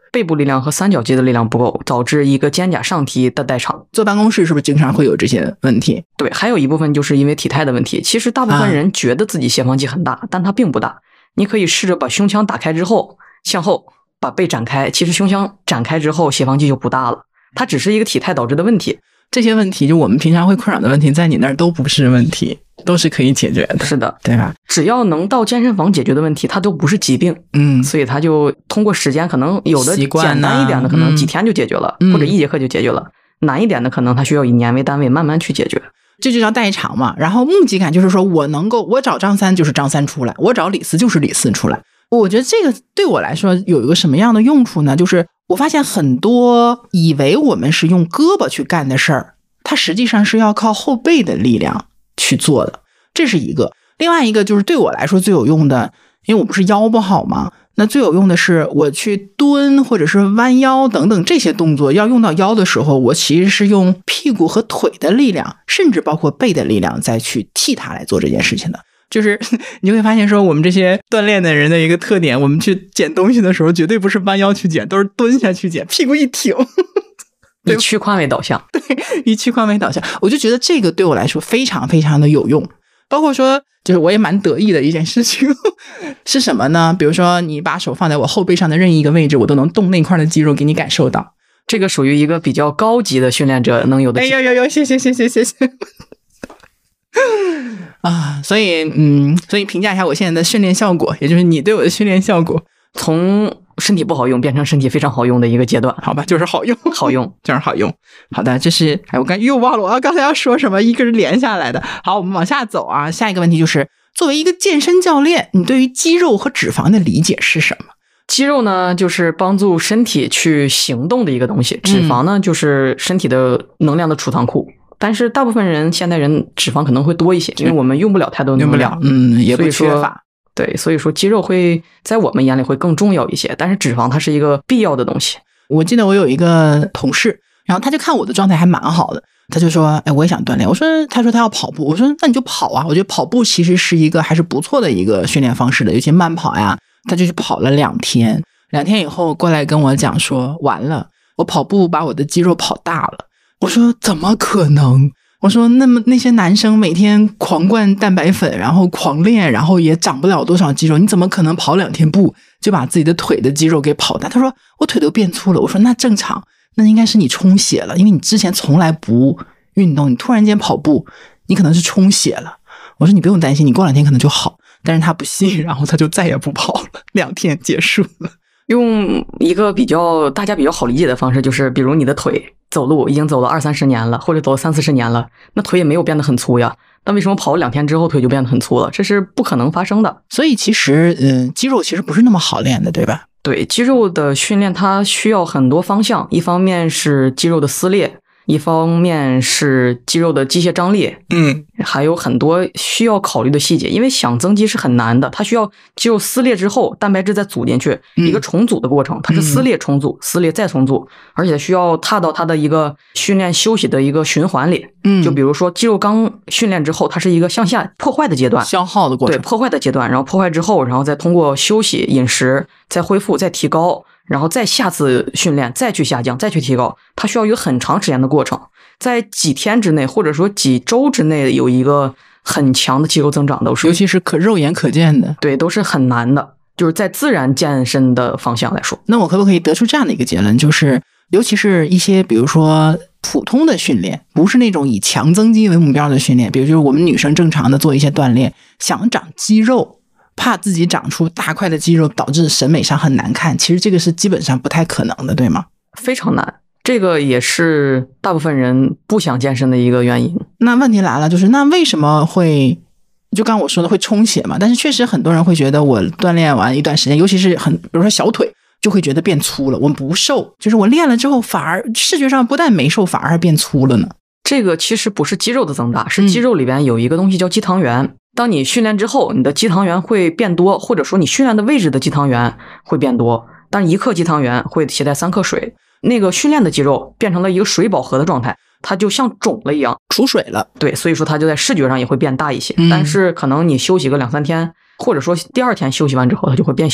背部力量和三角肌的力量不够，导致一个肩胛上提的代偿。 坐办公室是不是经常会有这些问题？ 对，还有一部分就是因为体态的问题。其实大部分人觉得自己斜方肌很大，啊、但它并不大。你可以试着把胸腔打开之后，向后把背展开，其实胸腔展开之后，斜方肌就不大了。它只是一个体态导致的问题。 这些问题就我们平常会困扰的问题，在你那儿都不是问题，都是可以解决的。 是的， 对吧？ 只要能到健身房解决的问题，它都不是疾病。 嗯， 所以它就通过时间，可能有的简单一点的，可能几天就解决了， 嗯、 或者一节课就解决了；难一点的，可能它需要以年为单位慢慢去解决。 这就叫代偿嘛。然后目的感就是说我能够，我找张三就是张三出来，我找李四就是李四出来。我觉得这个对我来说有一个什么样的用处呢？就是我发现很多以为我们是用胳膊去干的事儿，它实际上是要靠后背的力量去做的，这是一个。另外一个就是对我来说最有用的，因为我不是腰不好嘛，那最有用的是我去蹲或者是弯腰等等这些动作要用到腰的时候，我其实是用屁股和腿的力量，甚至包括背的力量再去替它来做这件事情的。就是你会发现说我们这些锻炼的人的一个特点，我们去捡东西的时候绝对不是弯腰去捡，都是蹲下去捡，屁股一挺以屈髋为导向。 对，以屈髋为导向。我就觉得这个对我来说非常非常的有用。包括说就是我也蛮得意的一件事情是什么呢？比如说你把手放在我后背上的任意一个位置，我都能动那块的肌肉给你感受到。 这个属于一个比较高级的训练者能有的。 哎呦呦呦，谢谢谢谢谢谢啊，所以嗯，所以评价一下我现在的训练效果，也就是你对我的训练效果， 从身体不好用变成身体非常好用的一个阶段。 好吧，就是好用， 好用， 就是好用。好的，这是哎，我刚又忘了我刚才要说什么，一个是连下来的。好，我们往下走啊，下一个问题就是，作为一个健身教练，你对于肌肉和脂肪的理解是什么？ 肌肉呢，就是帮助身体去行动的一个东西；脂肪呢，就是身体的能量的储藏库。但是大部分人现代人脂肪可能会多一些，因为我们用不了太多能量， 用不了，嗯，也不缺乏。 对，所以说肌肉会在我们眼里会更重要一些，但是脂肪它是一个必要的东西。 我记得我有一个同事，然后他就看我的状态还蛮好的，他就说：“哎，我也想锻炼。”我说：“他说他要跑步。”我说：“那你就跑啊！”我觉得跑步其实是一个还是不错的一个训练方式的，尤其慢跑呀。他就去跑了两天，两天以后过来跟我讲说：“完了，我跑步把我的肌肉跑大了。”我说：“怎么可能？”我说那么那些男生每天狂灌蛋白粉，然后狂练，然后也长不了多少肌肉，你怎么可能跑两天步就把自己的腿的肌肉给跑大？他说我腿都变粗了。我说那正常，那应该是你充血了，因为你之前从来不运动，你突然间跑步，你可能是充血了。我说你不用担心，你过两天可能就好。但是他不信，然后他就再也不跑了，两天结束了。 用一个比较大家比较好理解的方式，就是比如你的腿走路已经走了二三十年了，或者走了三四十年了，那腿也没有变得很粗呀。但为什么跑了两天之后腿就变得很粗了？这是不可能发生的。 所以其实，嗯，肌肉其实不是那么好练的，对吧？ 对，肌肉的训练它需要很多方向，一方面是肌肉的撕裂，一方面是肌肉的机械张力， 嗯， 还有很多需要考虑的细节。因为想增肌是很难的，它需要肌肉撕裂之后，蛋白质再组进去， 嗯、 一个重组的过程。它是撕裂重组，嗯、撕裂再重组，而且需要踏到它的一个训练休息的一个循环里。 嗯， 就比如说肌肉刚训练之后，它是一个向下破坏的阶段， 消耗的过程， 对，破坏的阶段。然后破坏之后，然后再通过休息、饮食再恢复、再提高。然后再下次训练，再去下降，再去提高，它需要一个很长时间的过程，在几天之内，或者说几周之内，有一个很强的肌肉增长都是， 尤其是可肉眼可见的， 对，都是很难的。就是在自然健身的方向来说， 那我可不可以得出这样的一个结论，就是尤其是一些比如说普通的训练，不是那种以强增肌为目标的训练，比如就是我们女生正常的做一些锻炼，想长肌肉。怕自己长出大块的肌肉导致审美上很难看，其实这个是基本上不太可能的，对吗？ 非常难，这个也是大部分人不想健身的一个原因。 那问题来了，就是那为什么会就刚刚我说的会充血嘛？但是确实很多人会觉得我锻炼完一段时间，尤其是很比如说小腿就会觉得变粗了，我不瘦，就是我练了之后反而视觉上不但没瘦反而还变粗了呢。 这个其实不是肌肉的增大，是肌肉里边有一个东西叫肌糖原、嗯、当你训练之后，你的肌糖原会变多，或者说你训练的位置的肌糖原会变多，但是一克肌糖原会携带三克水，那个训练的肌肉变成了一个水饱和的状态，它就像肿了一样， 储水了。 对，所以说它就在视觉上也会变大一些、 嗯、 但是可能你休息个两三天，或者说第二天休息完之后它就会变小。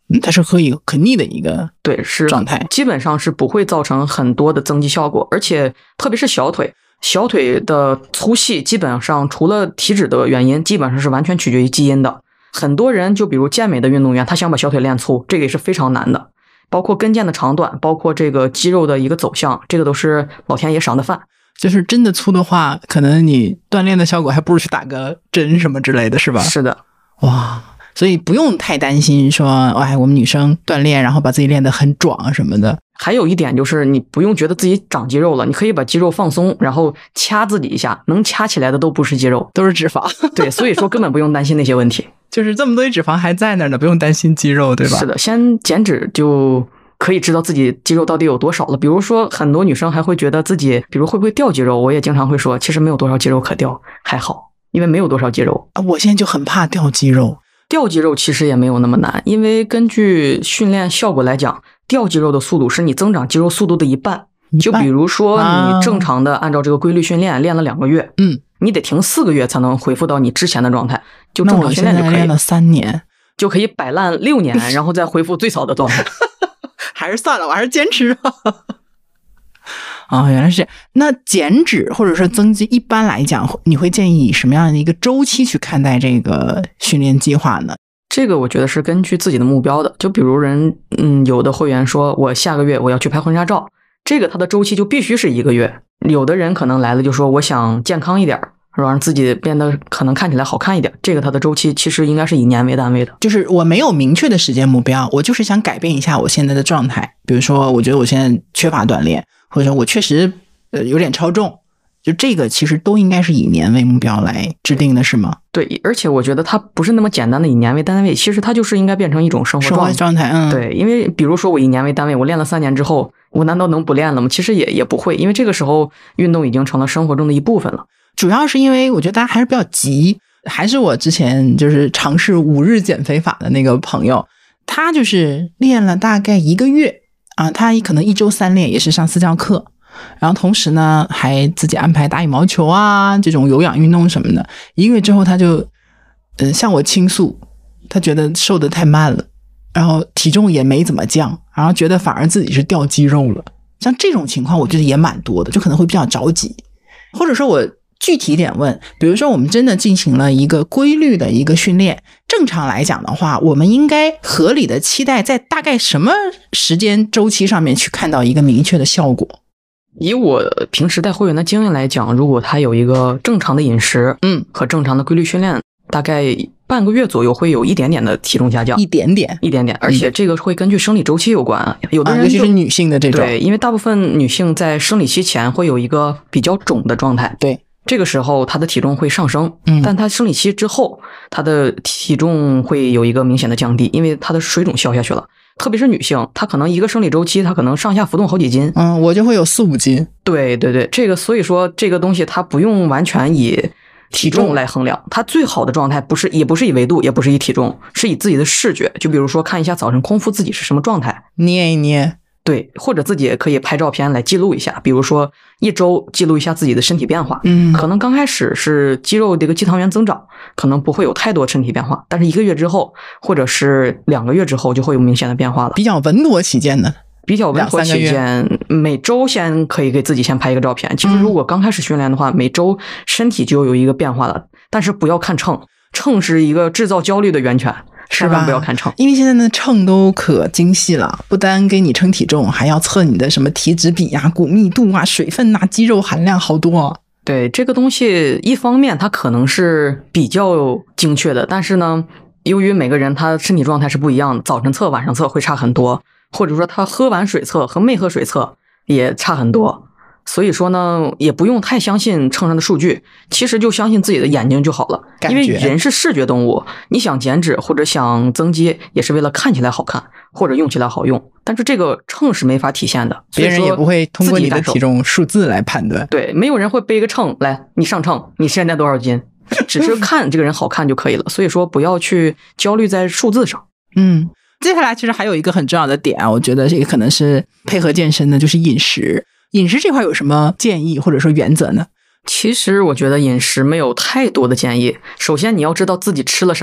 嗯，它是可以可逆的一个对是状态， 基本上是不会造成很多的增肌效果，而且特别是小腿，小腿的粗细基本上除了体脂的原因，基本上是完全取决于基因的。很多人就比如健美的运动员，他想把小腿练粗，这个也是非常难的。包括跟腱的长短，包括这个肌肉的一个走向，这个都是老天爷赏的饭。 就是真的粗的话，可能你锻炼的效果还不如去打个针什么之类的，是吧？ 是的， 哇，所以不用太担心说，哎，我们女生锻炼然后把自己练得很壮什么的。 还有一点就是，你不用觉得自己长肌肉了，你可以把肌肉放松，然后掐自己一下，能掐起来的都不是肌肉， 都是脂肪。 对，所以说根本不用担心那些问题。 就是这么多脂肪还在那儿呢，不用担心肌肉，对吧？ 是的，先减脂就可以知道自己肌肉到底有多少了。比如说很多女生还会觉得自己比如会不会掉肌肉，我也经常会说其实没有多少肌肉可掉，还好，因为没有多少肌肉。 啊，我现在就很怕掉肌肉。 掉肌肉其实也没有那么难，因为根据训练效果来讲，掉肌肉的速度是你增长肌肉速度的一半。就比如说你正常的按照这个规律训练，练了两个月， 嗯， 你得停四个月才能恢复到你之前的状态，就正常训练就可以。 那我现在练了三年， 就可以摆烂六年，然后再恢复最早的状态。 还是算了，我还是坚持吧。哦，原来是那减脂或者说增肌，一般来讲，你会建议以什么样的一个周期去看待这个训练计划呢？ 这个我觉得是根据自己的目标的。就比如人，嗯，有的会员说我下个月我要去拍婚纱照，这个它的周期就必须是一个月。有的人可能来了就说我想健康一点，让自己变得可能看起来好看一点，这个它的周期其实应该是以年为单位的。 就是我没有明确的时间目标，我就是想改变一下我现在的状态。比如说我觉得我现在缺乏锻炼，或者说我确实呃有点超重，就这个其实都应该是以年为目标来制定的，是吗？ 对，而且我觉得它不是那么简单的以年为单位，其实它就是应该变成一种生活状态。 生活状态，嗯， 对，因为比如说我以年为单位，我练了三年之后，我难道能不练了吗？其实也也不会，因为这个时候运动已经成了生活中的一部分了。 主要是因为我觉得大家还是比较急，还是我之前就是尝试五日减肥法的那个朋友，他就是练了大概一个月啊，他可能一周三练，也是上私教课，然后同时呢还自己安排打羽毛球啊这种有氧运动什么的。一个月之后他就嗯向我倾诉，他觉得瘦得太慢了，然后体重也没怎么降，然后觉得反而自己是掉肌肉了。像这种情况我觉得也蛮多的，就可能会比较着急。或者说我具体点问，比如说我们真的进行了一个规律的一个训练，正常来讲的话，我们应该合理的期待在大概什么时间周期上面去看到一个明确的效果？ 以我平时带会员的经验来讲，如果他有一个正常的饮食，嗯，和正常的规律训练，大概半个月左右会有一点点的体重下降， 一点点， 一点点，而且这个会根据生理周期有关。有的人尤其是女性的这种， 对，因为大部分女性在生理期前会有一个比较肿的状态， 对。 这个时候她的体重会上升，嗯，但她生理期之后，她的体重会有一个明显的降低，因为她的水肿消下去了。特别是女性，她可能一个生理周期，她可能上下浮动好几斤， 嗯，我就会有四五斤。 对对对，这个所以说这个东西它不用完全以体重来衡量，它最好的状态不是也不是以维度，也不是以体重，是以自己的视觉。就比如说看一下早晨空腹自己是什么状态， 捏一捏。 对，或者自己也可以拍照片来记录一下，比如说一周记录一下自己的身体变化。嗯，可能刚开始是肌肉这个肌糖原增长，可能不会有太多身体变化，但是一个月之后，或者是两个月之后，就会有明显的变化了。 比较稳妥起见的， 比较稳妥起见，每周先可以给自己先拍一个照片。其实如果刚开始训练的话，每周身体就有一个变化了，但是不要看秤，秤是一个制造焦虑的源泉。 是吧？ 不要看秤， 因为现在的秤都可精细了，不单给你称体重，还要测你的什么体脂比啊、骨密度啊、水分啊、肌肉含量，好多啊。 对，这个东西一方面它可能是比较精确的，但是呢，由于每个人他身体状态是不一样的，早晨测晚上测会差很多，或者说他喝完水测和没喝水测也差很多。所以说呢，也不用太相信秤上的数据，其实就相信自己的眼睛就好了。因为人是视觉动物，你想减脂或者想增肌，也是为了看起来好看或者用起来好用。但是这个秤是没法体现的， 别人也不会通过你的体重数字来判断。 对，没有人会背一个秤来，你上秤，你现在多少斤？只是看这个人好看就可以了。所以说，不要去焦虑在数字上。 嗯，接下来其实还有一个很重要的点啊，我觉得这个可能是配合健身的，就是饮食。饮食这块有什么建议或者说原则呢？ 其实我觉得饮食没有太多的建议。首先你要知道自己吃了什么，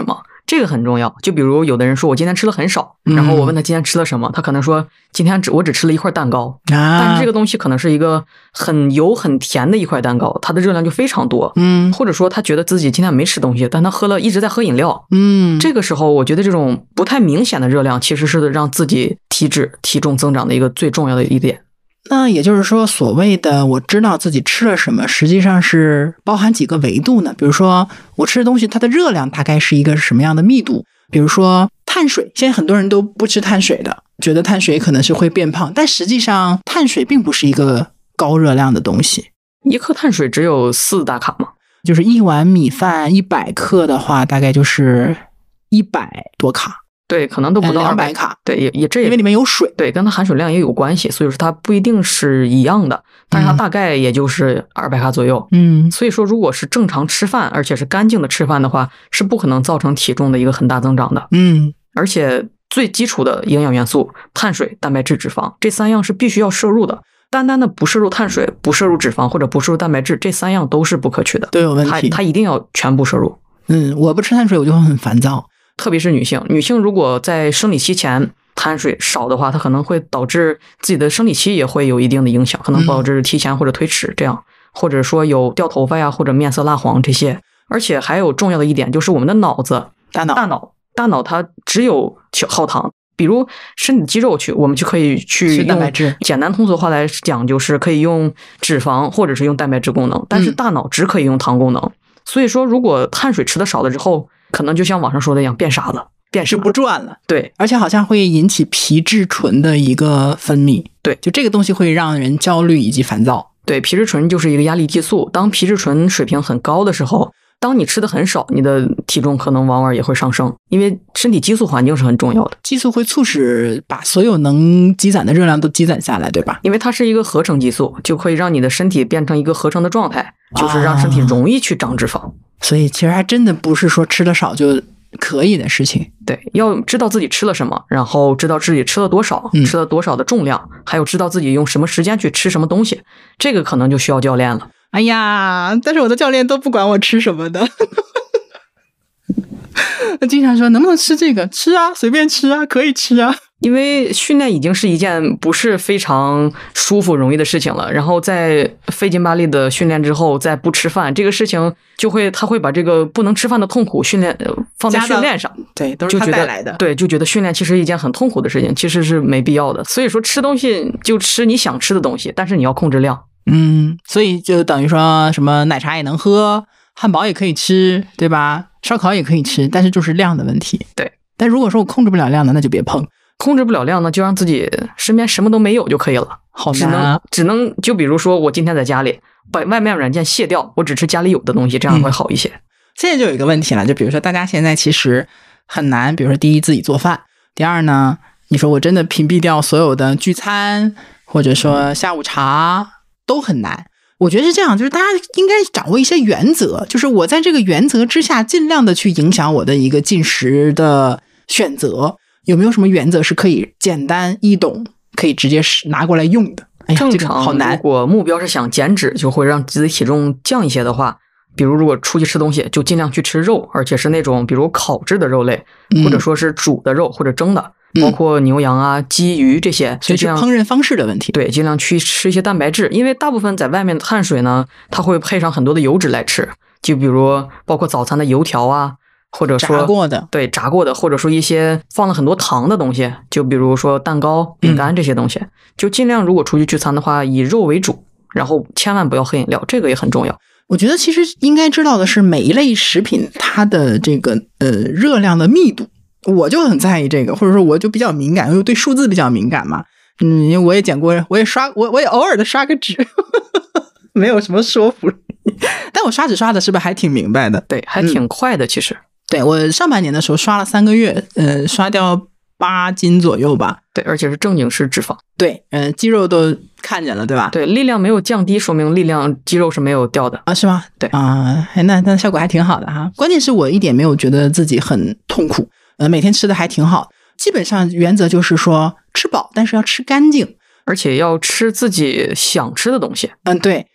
这个很重要。就比如有的人说我今天吃的很少，然后我问他今天吃了什么，他可能说今天只我只吃了一块蛋糕，啊、但是这个东西可能是一个很油很甜的一块蛋糕，它的热量就非常多。 嗯， 或者说他觉得自己今天没吃东西，但他喝了一直在喝饮料。 嗯， 这个时候我觉得这种不太明显的热量其实是让自己体脂体重增长的一个最重要的一点。 那也就是说，所谓的我知道自己吃了什么，实际上是包含几个维度呢？比如说，我吃的东西它的热量大概是一个什么样的密度？比如说碳水，现在很多人都不吃碳水的，觉得碳水可能是会变胖，但实际上碳水并不是一个高热量的东西。 一克碳水只有四大卡嘛， 就是一碗米饭一百克的话，大概就是一百多卡。 对，可能都不到两百卡。 对，也也这也因为里面有水， 对，跟它含水量也有关系，所以说它不一定是一样的，但是它大概也就是二百卡左右。 嗯， 所以说如果是正常吃饭，而且是干净的吃饭的话，是不可能造成体重的一个很大增长的。 嗯， 而且最基础的营养元素，碳水、蛋白质、脂肪，这三样是必须要摄入的。单单的不摄入碳水、不摄入脂肪或者不摄入蛋白质，这三样都是不可取的， 都有问题。 它它一定要全部摄入。 嗯，我不吃碳水我就会很烦躁。 特别是女性，女性如果在生理期前碳水少的话，它可能会导致自己的生理期也会有一定的影响，可能导致提前或者推迟这样，或者说有掉头发呀，或者面色蜡黄这些。而且还有重要的一点就是我们的脑子， 大脑， 大脑，大脑它只有耗糖。比如身体肌肉去，我们就可以去用蛋白质。 简单通俗话来讲，就是可以用脂肪或者是用蛋白质功能，但是大脑只可以用糖功能。嗯、所以说，如果碳水吃的少了之后，可能就像网上说的一样，变傻了，变吃不转了。 对， 而且好像会引起皮质醇的一个分泌。 对， 就这个东西会让人焦虑以及烦躁。 对，皮质醇就是一个压力激素，当皮质醇水平很高的时候，当你吃的很少，你的体重可能往往也会上升，因为身体激素环境是很重要的。 激素会促使把所有能积攒的热量都积攒下来，对吧？ 因为它是一个合成激素，就可以让你的身体变成一个合成的状态，就是让身体容易去长脂肪。啊、 所以其实还真的不是说吃的少就可以的事情。 对，要知道自己吃了什么，然后知道自己吃了多少，嗯、吃了多少的重量，还有知道自己用什么时间去吃什么东西，这个可能就需要教练了。 哎呀，但是我的教练都不管我吃什么的。经常说能不能吃这个，吃啊，随便吃啊，可以吃啊。 因为训练已经是一件不是非常舒服容易的事情了，然后在费劲巴力的训练之后再不吃饭，这个事情就会他会把这个不能吃饭的痛苦训练放在训练上。 对，都是他带来的。 对，就觉得训练其实是一件很痛苦的事情，其实是没必要的。所以说吃东西就吃你想吃的东西，但是你要控制量。 嗯，所以就等于说什么奶茶也能喝，汉堡也可以吃，对吧？烧烤也可以吃，但是就是量的问题。 对， 但如果说我控制不了量的，那就别碰。 控制不了量呢，就让自己身边什么都没有就可以了。 好难啊！ 只能只能就比如说我今天在家里把外卖软件卸掉，我只吃家里有的东西，这样会好一些。嗯、 现在就有一个问题了，就比如说大家现在其实很难，比如说第一自己做饭，第二呢，你说我真的屏蔽掉所有的聚餐或者说下午茶都很难。我觉得是这样，就是大家应该掌握一些原则，就是我在这个原则之下尽量的去影响我的一个进食的选择。有没有什么原则是可以简单易懂，可以直接拿过来用的？哎呀， 正常、 这个好难。 如果目标是想减脂，就会让自己体重降一些的话，比如如果出去吃东西，就尽量去吃肉，而且是那种比如烤制的肉类， 嗯、 或者说是煮的肉或者蒸的。包括牛羊啊、鸡鱼这些， 所以是烹饪方式的问题。 对，尽量去吃一些蛋白质，因为大部分在外面的碳水呢，它会配上很多的油脂来吃，就比如包括早餐的油条啊，或者说炸过的， 对，炸过的，或者说一些放了很多糖的东西，就比如说蛋糕、饼干这些东西，嗯、就尽量如果出去聚餐的话，以肉为主，然后千万不要喝饮料，这个也很重要。 我觉得其实应该知道的是，每一类食品它的这个呃热量的密度。我就很在意这个，或者说我就比较敏感，因为对数字比较敏感嘛。嗯，因为我也捡过，我也刷，我我也偶尔的刷个纸，没有什么说服力。但我刷纸刷的是不是还挺明白的？ 对，还挺快的。嗯、其实， 对我上半年的时候刷了三个月，呃，刷掉八斤左右吧。 对，而且是正经是脂肪。 对，呃，肌肉都看见了，对吧？ 对，力量没有降低，说明力量肌肉是没有掉的啊？是吗？ 对啊，那那效果还挺好的哈。关键是我一点没有觉得自己很痛苦。呃，每天吃的还挺好，基本上原则就是说吃饱，但是要吃干净， 而且要吃自己想吃的东西。 嗯，对，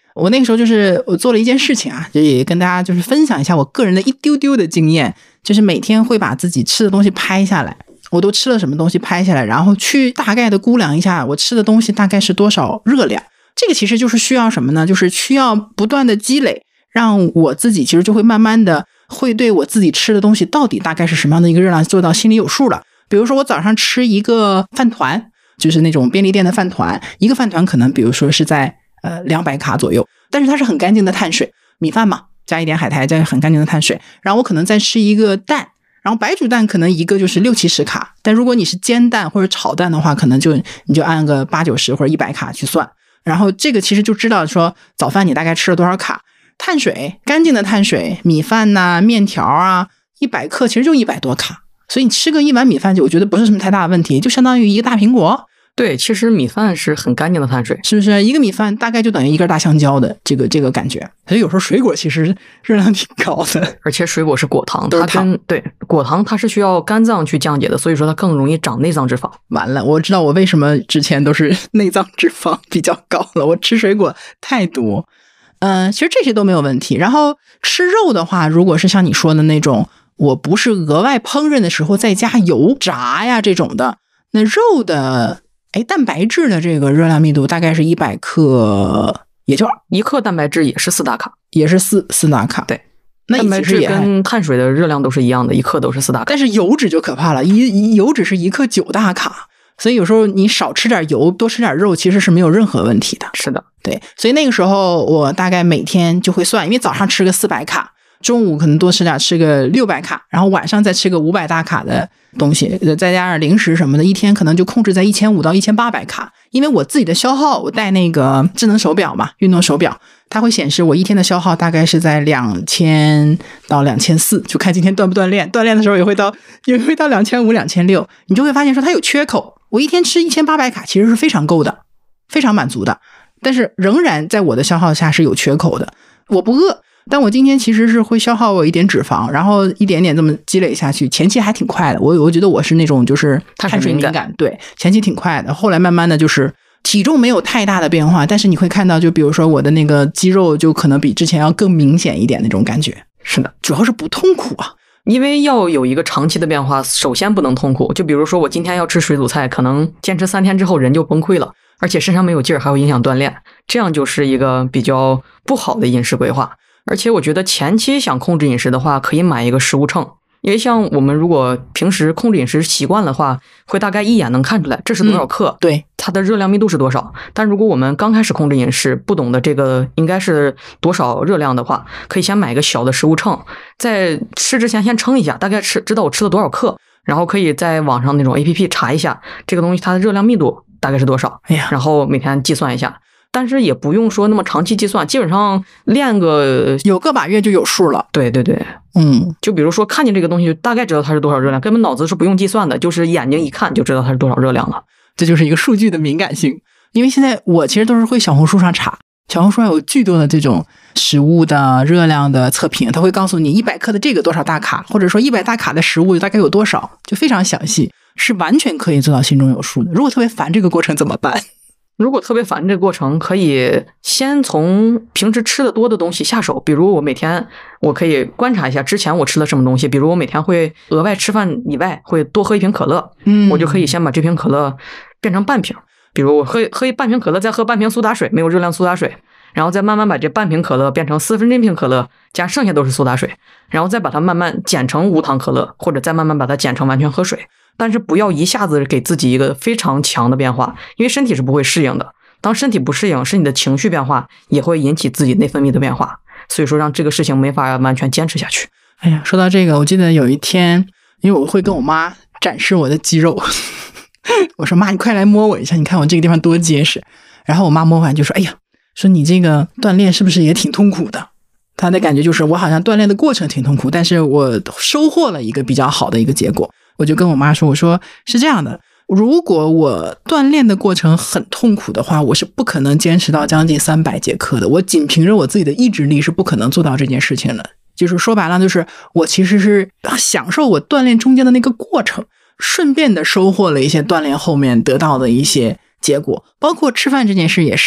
我那个时候就是我做了一件事情啊，就也跟大家就是分享一下我个人的一丢丢的经验，就是每天会把自己吃的东西拍下来，我都吃了什么东西拍下来，然后去大概的估量一下我吃的东西大概是多少热量。这个其实就是需要什么呢？就是需要不断的积累，让我自己其实就会慢慢的会对我自己吃的东西到底大概是什么样的一个热量做到心里有数了。比如说我早上吃一个饭团，就是那种便利店的饭团，一个饭团可能比如说是在呃两百卡左右，但是它是很干净的碳水，米饭嘛，加一点海苔，加很干净的碳水。然后我可能再吃一个蛋，然后白煮蛋可能一个就是六七十卡，但如果你是煎蛋或者炒蛋的话，可能就你就按个八九十或者一百卡去算。然后这个其实就知道说早饭你大概吃了多少卡。碳水，干净的碳水，米饭呐、啊、面条啊，一百克其实就一百多卡，所以你吃个一碗米饭就我觉得不是什么太大的问题，就相当于一个大苹果。 对，其实米饭是很干净的碳水， 是不是？一个米饭大概就等于一根大香蕉的这个这个感觉。所以有时候水果其实热量挺高的， 而且水果是果糖， 都是糖。 它跟对果糖它是需要肝脏去降解的，所以说它更容易长内脏脂肪。 完了，我知道我为什么之前都是内脏脂肪比较高了，我吃水果太多。嗯、呃，其实这些都没有问题。然后吃肉的话，如果是像你说的那种，我不是额外烹饪的时候再加油炸呀这种的，那肉的哎蛋白质的这个热量密度大概是一百克，也就一克蛋白质也是四大卡， 也是四四大卡。 对， 那蛋白质跟碳水的热量都是一样的，一克都是四大卡。 但是油脂就可怕了，一油脂是一克九大卡。所以有时候你少吃点油，多吃点肉，其实是没有任何问题的。 是的， 对。所以那个时候我大概每天就会算，因为早上吃个四百卡，中午可能多吃点，吃个六百卡，然后晚上再吃个五百大卡的东西，再加上零食什么的，一天可能就控制在一千五到一千八百卡。因为我自己的消耗，我戴那个智能手表嘛，运动手表，它会显示我一天的消耗大概是在两千到两千四，就看今天锻不锻炼，锻炼的时候也会到也会到两千五、两千六，你就会发现说它有缺口。我一天吃一千八百卡其实是非常够的，非常满足的，但是仍然在我的消耗下是有缺口的。我不饿，但我今天其实是会消耗我一点脂肪，然后一点点这么积累下去，前期还挺快的。我我觉得我是那种就是碳水敏感，对，前期挺快的。后来慢慢的就是体重没有太大的变化，但是你会看到，就比如说我的那个肌肉就可能比之前要更明显一点那种感觉。 是的， 主要是不痛苦啊。 因为要有一个长期的变化，首先不能痛苦。就比如说我今天要吃水煮菜，可能坚持三天之后人就崩溃了，而且身上没有劲儿，还会影响锻炼，这样就是一个比较不好的饮食规划。而且我觉得前期想控制饮食的话，可以买一个食物秤，因为像我们如果平时控制饮食习惯的话，会大概一眼能看出来这是多少克、 嗯、对， 它的热量密度是多少。但如果我们刚开始控制饮食，不懂得这个应该是多少热量的话，可以先买一个小的食物秤，在吃之前先称一下，大概吃知道我吃了多少克，然后可以在网上那种 A P P 查一下这个东西它的热量密度大概是多少， 哎呀， 然后每天计算一下。但是也不用说那么长期计算，基本上练个有个把月就有数了。 对对对， 嗯， 就比如说看见这个东西，大概知道它是多少热量，根本脑子是不用计算的，就是眼睛一看就知道它是多少热量了。 这就是一个数据的敏感性。因为现在我其实都是会小红书上查，小红书上有巨多的这种食物的热量的测评，它会告诉你一百克的这个多少大卡，或者说一百大卡的食物大概有多少，就非常详细，是完全可以做到心中有数的。如果特别烦这个过程怎么办？ 如果特别烦这个过程，可以先从平时吃的多的东西下手。比如我每天我可以观察一下之前我吃了什么东西，比如我每天会额外吃饭以外会多喝一瓶可乐， 嗯， 我就可以先把这瓶可乐变成半瓶，比如我喝喝一半瓶可乐，再喝半瓶苏打水，没有热量苏打水，然后再慢慢把这半瓶可乐变成四分之一瓶可乐，加剩下都是苏打水，然后再把它慢慢减成无糖可乐，或者再慢慢把它减成完全喝水。但是不要一下子给自己一个非常强的变化，因为身体是不会适应的。当身体不适应，是你的情绪变化也会引起自己内分泌的变化，所以说让这个事情没法完全坚持下去。 哎呀，说到这个，我记得有一天，因为我会跟我妈展示我的肌肉，我说妈，你快来摸我一下，你看我这个地方多结实。然后我妈摸完就说，哎呀，说你这个锻炼是不是也挺痛苦的？她的感觉就是我好像锻炼的过程挺痛苦，但是我收获了一个比较好的一个结果。我就跟我妈说，我说是这样的，如果我锻炼的过程很痛苦的话，我是不可能坚持到将近三百节课的，我仅凭着我自己的意志力是不可能做到这件事情的。就是说白了，就是我其实是享受我锻炼中间的那个过程，顺便的收获了一些锻炼后面得到的一些结果。包括吃饭这件事也是，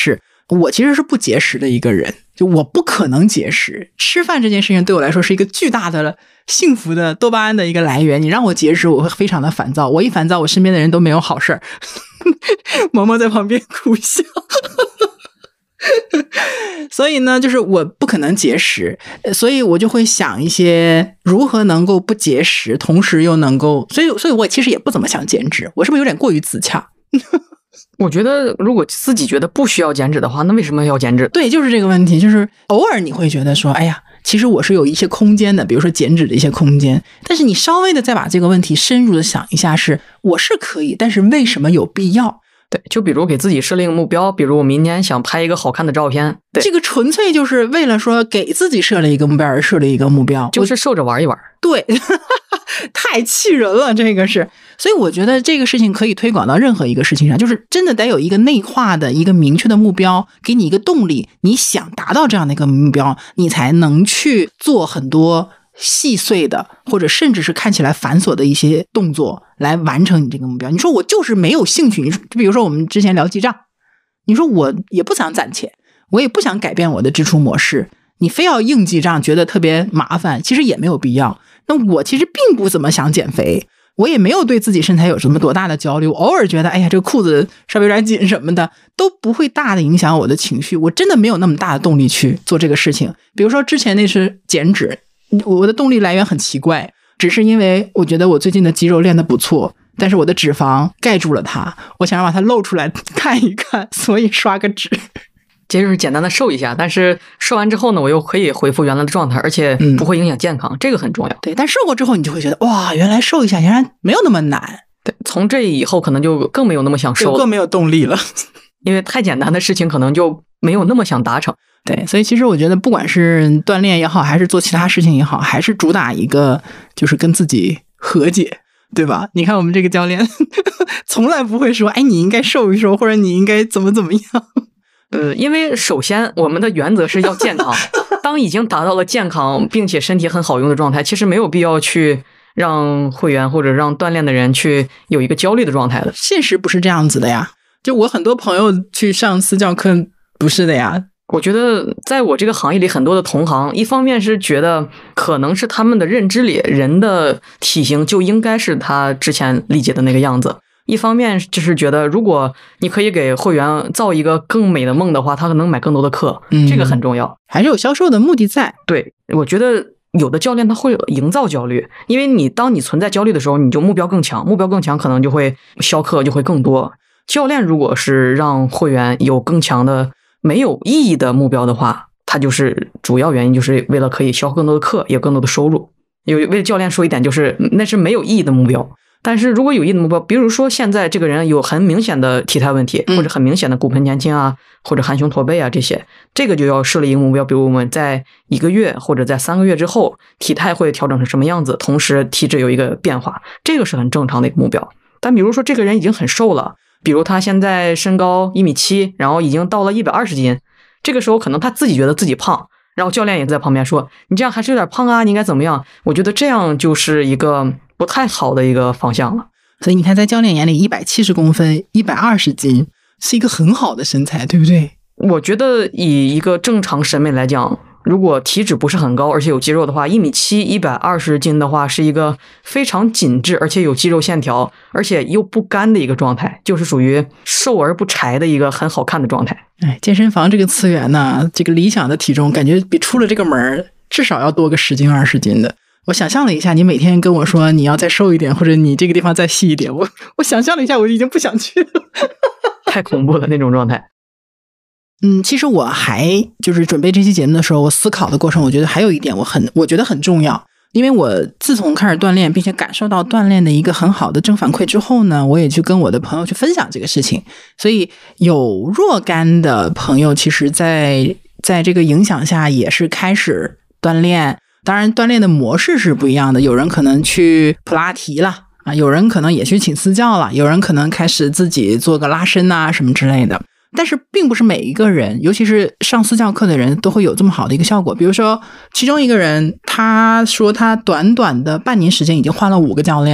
我其实是不节食的一个人，就我不可能节食。吃饭这件事情对我来说是一个巨大的幸福的多巴胺的一个来源，你让我节食我会非常的烦躁，我一烦躁我身边的人都没有好事儿。嬷嬷在旁边苦笑。所以呢就是我不可能节食，所以我就会想一些如何能够不节食同时又能够，所以所以我其实也不怎么想减脂，我是不是有点过于自洽？ 我觉得如果自己觉得不需要减脂的话，那为什么要减脂？ 对，就是这个问题，就是偶尔你会觉得说哎呀其实我是有一些空间的，比如说减脂的一些空间，但是你稍微的再把这个问题深入的想一下，是我是可以，但是为什么有必要？ 对，就比如给自己设立一个目标，比如我明年想拍一个好看的照片，对， 这个纯粹就是为了说给自己设了一个目标而设了一个目标， 就是受着玩一玩。 对，太气人了，这个是。所以我觉得这个事情可以推广到任何一个事情上，就是真的得有一个内化的一个明确的目标，给你一个动力，你想达到这样的一个目标，你才能去做很多细碎的或者甚至是看起来繁琐的一些动作来完成你这个目标。你说我就是没有兴趣，你说就比如说我们之前聊记账，你说我也不想攒钱，我也不想改变我的支出模式，你非要硬记账觉得特别麻烦，其实也没有必要。那我其实并不怎么想减肥，我也没有对自己身材有什么多大的焦虑，我偶尔觉得哎呀这个裤子稍微有点紧什么的都不会大的影响我的情绪，我真的没有那么大的动力去做这个事情。比如说之前那是减脂，我的动力来源很奇怪，只是因为我觉得我最近的肌肉练得不错，但是我的脂肪盖住了它，我想要把它露出来看一看，所以刷个脂。 这就是简单的瘦一下，但是瘦完之后呢，我又可以恢复原来的状态，而且不会影响健康，嗯、这个很重要。 对，但瘦过之后你就会觉得哇，原来瘦一下原来没有那么难。 对，从这以后可能就更没有那么想瘦了， 更没有动力了， 因为太简单的事情可能就没有那么想达成。 对，所以其实我觉得不管是锻炼也好，还是做其他事情也好，还是主打一个就是跟自己和解，对吧？你看我们这个教练从来不会说哎你应该瘦一瘦，或者你应该怎么怎么样。 呃，因为首先我们的原则是要健康，当已经达到了健康并且身体很好用的状态，其实没有必要去让会员或者让锻炼的人去有一个焦虑的状态的。 现实不是这样子的呀，就我很多朋友去上私教课不是的呀。 我觉得在我这个行业里，很多的同行一方面是觉得可能是他们的认知里人的体型就应该是他之前理解的那个样子，一方面就是觉得如果你可以给会员造一个更美的梦的话，他可能买更多的课，嗯、这个很重要， 还是有销售的目的在。 对，我觉得有的教练他会营造焦虑，因为你当你存在焦虑的时候，你就目标更强，目标更强可能就会销课就会更多。教练如果是让会员有更强的没有意义的目标的话，他就是主要原因就是为了可以销更多的课，也有更多的收入。有为了教练说一点，就是那是没有意义的目标。但是如果有意义的目标，比如说现在这个人有很明显的体态问题，或者很明显的骨盆前倾啊，或者含胸驼背啊这些，这个就要设立一个目标，比如我们在一个月或者在三个月之后，体态会调整成什么样子，同时体脂有一个变化，这个是很正常的一个目标。但比如说这个人已经很瘦了，比如他现在身高一米七，然后已经到了一百二十斤，这个时候可能他自己觉得自己胖，然后教练也在旁边说你这样还是有点胖啊，你应该怎么样。我觉得这样就是一个不太好的一个方向了。 所以你看在教练眼里一百七十公分一百二十斤是一个很好的身材，对不对？ 我觉得以一个正常审美来讲，如果体脂不是很高而且有肌肉的话，一米七一百二十斤的话是一个非常紧致而且有肌肉线条而且又不干的一个状态，就是属于瘦而不柴的一个很好看的状态。 哎，健身房这个次元呢，这个理想的体重感觉比出了这个门至少要多个十斤二十斤的。我想象了一下，你每天跟我说你要再瘦一点，或者你这个地方再细一点，我我想象了一下，我已经不想去了。 太恐怖了那种状态。 嗯，其实我还就是准备这期节目的时候，我思考的过程，我觉得还有一点我很我觉得很重要，因为我自从开始锻炼，并且感受到锻炼的一个很好的正反馈之后呢，我也去跟我的朋友去分享这个事情，所以有若干的朋友其实在在这个影响下也是开始锻炼。当然锻炼的模式是不一样的，有人可能去普拉提了啊，有人可能也去请私教了，有人可能开始自己做个拉伸啊什么之类的。但是并不是每一个人，尤其是上私教课的人都会有这么好的一个效果。比如说其中一个人他说他短短的半年时间已经换了五个教练了，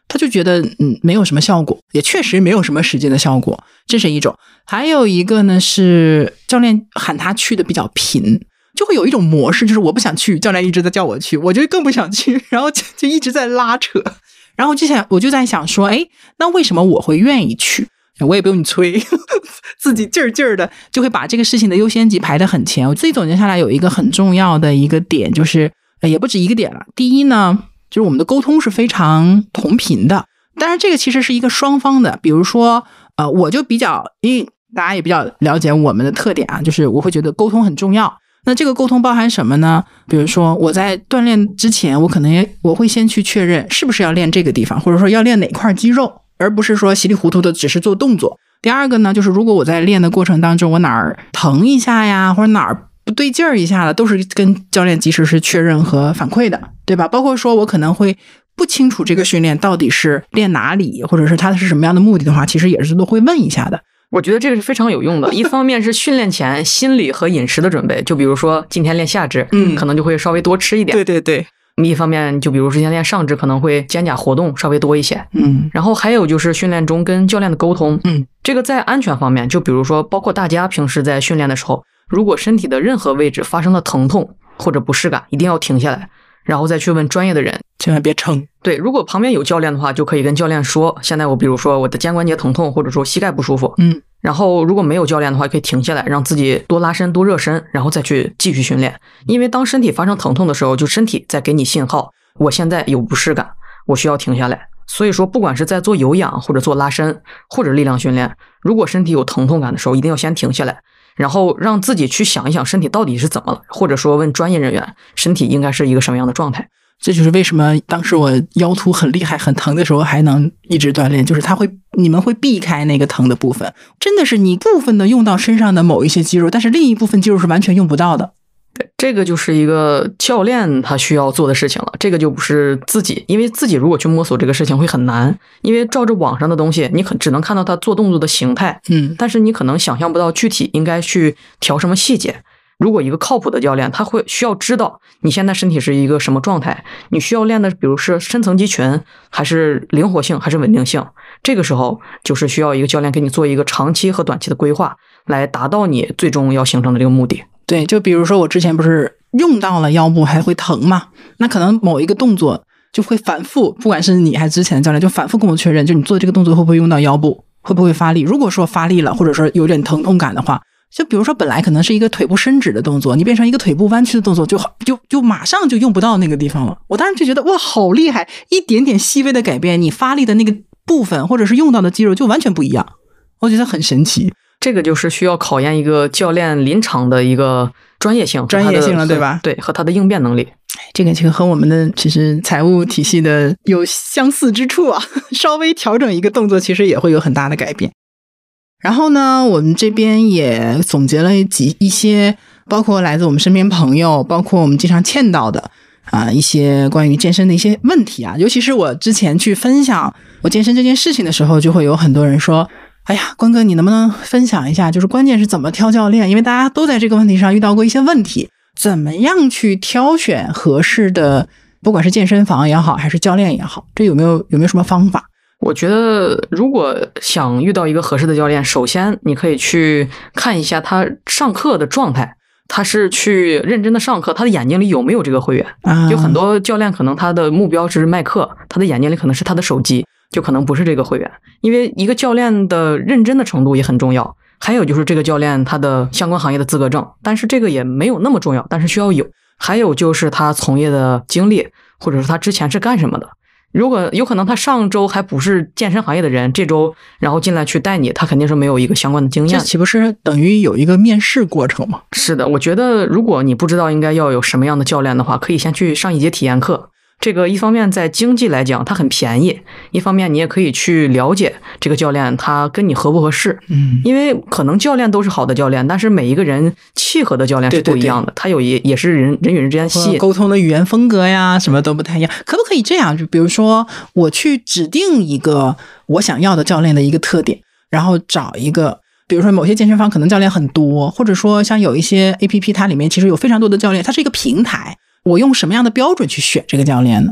他就觉得嗯没有什么效果，也确实没有什么实际的效果，这是一种。还有一个呢是教练喊他去的比较频，就会有一种模式，就是我不想去，教练一直在叫我去，我就更不想去，然后就就一直在拉扯。然后就想我就在想说，哎，那为什么我会愿意去？我也不用你催，自己劲儿劲儿的就会把这个事情的优先级排得很前。我自己总结下来有一个很重要的一个点，就是也不止一个点了。第一呢，就是我们的沟通是非常同频的，当然这个其实是一个双方的。比如说呃，我就比较，因为大家也比较了解我们的特点啊，就是我会觉得沟通很重要。那这个沟通包含什么呢？比如说我在锻炼之前，我可能我会先去确认是不是要练这个地方，或者说要练哪块肌肉，而不是说稀里糊涂的只是做动作。第二个呢，就是如果我在练的过程当中，我哪儿疼一下呀，或者哪儿不对劲儿一下的，都是跟教练及时是确认和反馈的，对吧？包括说我可能会不清楚这个训练到底是练哪里，或者是它是什么样的目的的话，其实也是都会问一下的。 我觉得这个是非常有用的。一方面是训练前心理和饮食的准备，就比如说今天练下肢，嗯，可能就会稍微多吃一点。 对对对。 一方面就比如说今天练上肢，可能会肩胛活动稍微多一些， 嗯。 然后还有就是训练中跟教练的沟通， 嗯， 这个在安全方面，就比如说包括大家平时在训练的时候，如果身体的任何位置发生了疼痛或者不适感，一定要停下来，然后再去问专业的人， 千万别撑。 对，如果旁边有教练的话，就可以跟教练说，现在我比如说我的肩关节疼痛，或者说膝盖不舒服， 嗯， 然后如果没有教练的话，可以停下来，让自己多拉伸多热身，然后再去继续训练。因为当身体发生疼痛的时候，就身体在给你信号，我现在有不适感，我需要停下来。所以说不管是在做有氧或者做拉伸或者力量训练，如果身体有疼痛感的时候，一定要先停下来，然后让自己去想一想身体到底是怎么了，或者说问专业人员身体应该是一个什么样的状态。 这就是为什么当时我腰突很厉害很疼的时候还能一直锻炼，就是它会你们会避开那个疼的部分，真的是你部分的用到身上的某一些肌肉，但是另一部分肌肉是完全用不到的。 对，这个就是一个教练他需要做的事情了，这个就不是自己，因为自己如果去摸索这个事情会很难，因为照着网上的东西，你可只能看到他做动作的形态， 嗯， 但是你可能想象不到具体应该去调什么细节。如果一个靠谱的教练，他会需要知道你现在身体是一个什么状态，你需要练的比如是深层肌群，还是灵活性，还是稳定性，这个时候就是需要一个教练给你做一个长期和短期的规划，来达到你最终要形成的这个目的。 对，就比如说我之前不是用到了腰部还会疼嘛，那可能某一个动作就会反复，不管是你还是之前的教练就反复跟我确认，就你做这个动作会不会用到腰部，会不会发力，如果说发力了或者说有点疼痛感的话，就比如说本来可能是一个腿部伸直的动作，你变成一个腿部弯曲的动作，就就就马上就用不到那个地方了。我当时就觉得哇好厉害，一点点细微的改变，你发力的那个部分或者是用到的肌肉就完全不一样，我觉得很神奇。 这个就是需要考验一个教练临场的一个专业性， 专业性了，对吧？ 对，和他的应变能力。 这个其实和我们的其实财务体系的有相似之处啊，稍微调整一个动作，其实也会有很大的改变。然后呢，我们这边也总结了几一些，包括来自我们身边朋友，包括我们经常见到的啊、呃、一些关于健身的一些问题啊。尤其是我之前去分享我健身这件事情的时候，就会有很多人说，哎呀，关哥你能不能分享一下，就是关键是怎么挑教练，因为大家都在这个问题上遇到过一些问题，怎么样去挑选合适的，不管是健身房也好还是教练也好，这有没有有没有什么方法？ 我觉得如果想遇到一个合适的教练，首先你可以去看一下他上课的状态，他是去认真的上课，他的眼睛里有没有这个会员、啊、有很多教练可能他的目标是卖课，他的眼睛里可能是他的手机，就可能不是这个会员。因为一个教练的认真的程度也很重要，还有就是这个教练他的相关行业的资格证，但是这个也没有那么重要，但是需要有。还有就是他从业的经历，或者是他之前是干什么的。如果有可能他上周还不是健身行业的人，这周然后进来去带你，他肯定是没有一个相关的经验。 这岂不是等于有一个面试过程吗？ 是的，我觉得如果你不知道应该要有什么样的教练的话，可以先去上一节体验课。这个一方面在经济来讲它很便宜，一方面你也可以去了解这个教练他跟你合不合适。 嗯， 因为可能教练都是好的教练，但是每一个人契合的教练是不一样的，他有也也是人人与人之间吸引， 沟通的语言风格呀什么都不太一样。可不可以这样，就比如说我去指定一个我想要的教练的一个特点，然后找一个，比如说某些健身房可能教练很多，或者说像有一些 A P P 它里面其实有非常多的教练，它是一个平台，我用什么样的标准去选这个教练呢？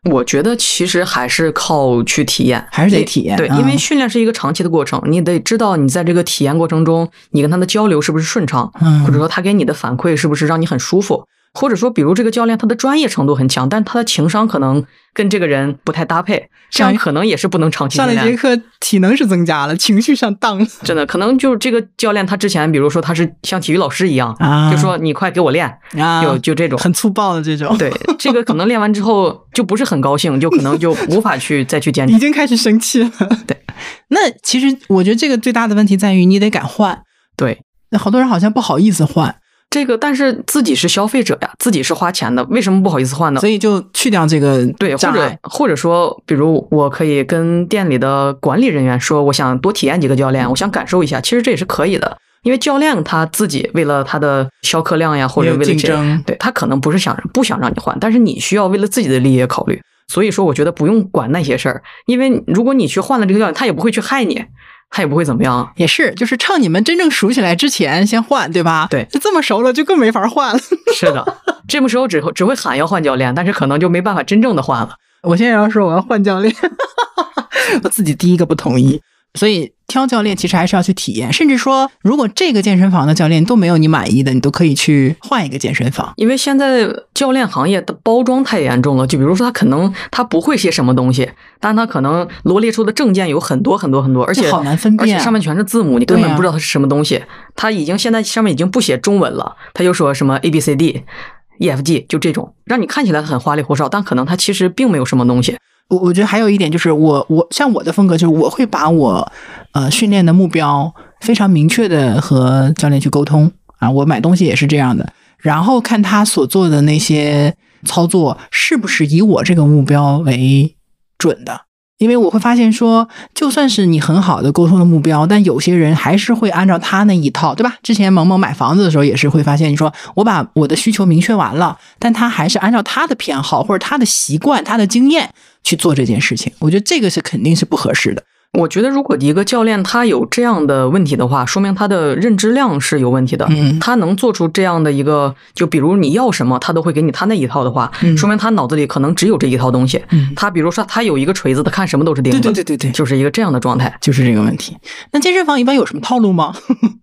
我觉得其实还是靠去体验， 还是得体验。 对， 嗯、 因为训练是一个长期的过程，你得知道你在这个体验过程中，你跟他的交流是不是顺畅， 嗯、 或者说他给你的反馈是不是让你很舒服。或者说，比如这个教练他的专业程度很强，但他的情商可能跟这个人不太搭配，这样可能也是不能长期训练。 上了一节课，体能是增加了，情绪上荡了。 真的，可能就是这个教练他之前，比如说他是像体育老师一样， 啊、 就说你快给我练， 啊、 就就这种很粗暴的这种。 对，这个可能练完之后就不是很高兴，就可能就无法去再去坚持， 已经开始生气了。 对， 那其实我觉得这个最大的问题在于你得敢换。 对， 那好多人好像不好意思换。 这个，但是自己是消费者呀，自己是花钱的，为什么不好意思换呢？ 所以就去掉这个对，或者或者说，比如我可以跟店里的管理人员说，我想多体验几个教练，我想感受一下，其实这也是可以的。因为教练他自己为了他的销客量呀，或者为了竞争， 对他可能不是想不想让你换，但是你需要为了自己的利益考虑。所以说，我觉得不用管那些事儿，因为如果你去换了这个教练，他也不会去害你。他也不会怎么样， 也是，就是趁你们真正熟起来之前先换，对吧？ 对， 这么熟了就更没法换了。 是的，这么时候只会只会喊要换教练，但是可能就没办法真正的换了。 我现在要说我要换教练，我自己第一个不同意。所以挑教练其实还是要去体验，甚至说如果这个健身房的教练都没有你满意的，你都可以去换一个健身房。 因为现在教练行业的包装太严重了，就比如说他可能他不会些什么东西，但他可能罗列出的证件有很多很多很多，而且好难分辨， 而且上面全是字母，你根本不知道它是什么东西。他已经现在上面已经不写中文了，他就说什么 A B C D E F G 就这种，让你看起来很花里胡哨，但可能它其实并没有什么东西。 我我觉得还有一点就是我我像我的风格就是我会把我呃训练的目标非常明确的和教练去沟通啊，我买东西也是这样的，然后看他所做的那些操作是不是以我这个目标为准的。因为我会发现说，就算是你很好的沟通的目标，但有些人还是会按照他那一套，对吧？之前萌萌买房子的时候也是会发现，你说我把我的需求明确完了，但他还是按照他的偏好或者他的习惯、他的经验去做这件事情。我觉得这个是肯定是不合适的。 我觉得如果一个教练他有这样的问题的话，说明他的认知量是有问题的。 嗯， 他能做出这样的一个，就比如你要什么他都会给你他那一套的话， 嗯、 说明他脑子里可能只有这一套东西。 嗯， 他比如说他有一个锤子，他看什么都是钉子。 对对对对对， 就是一个这样的状态， 就是这个问题。那健身房一般有什么套路吗？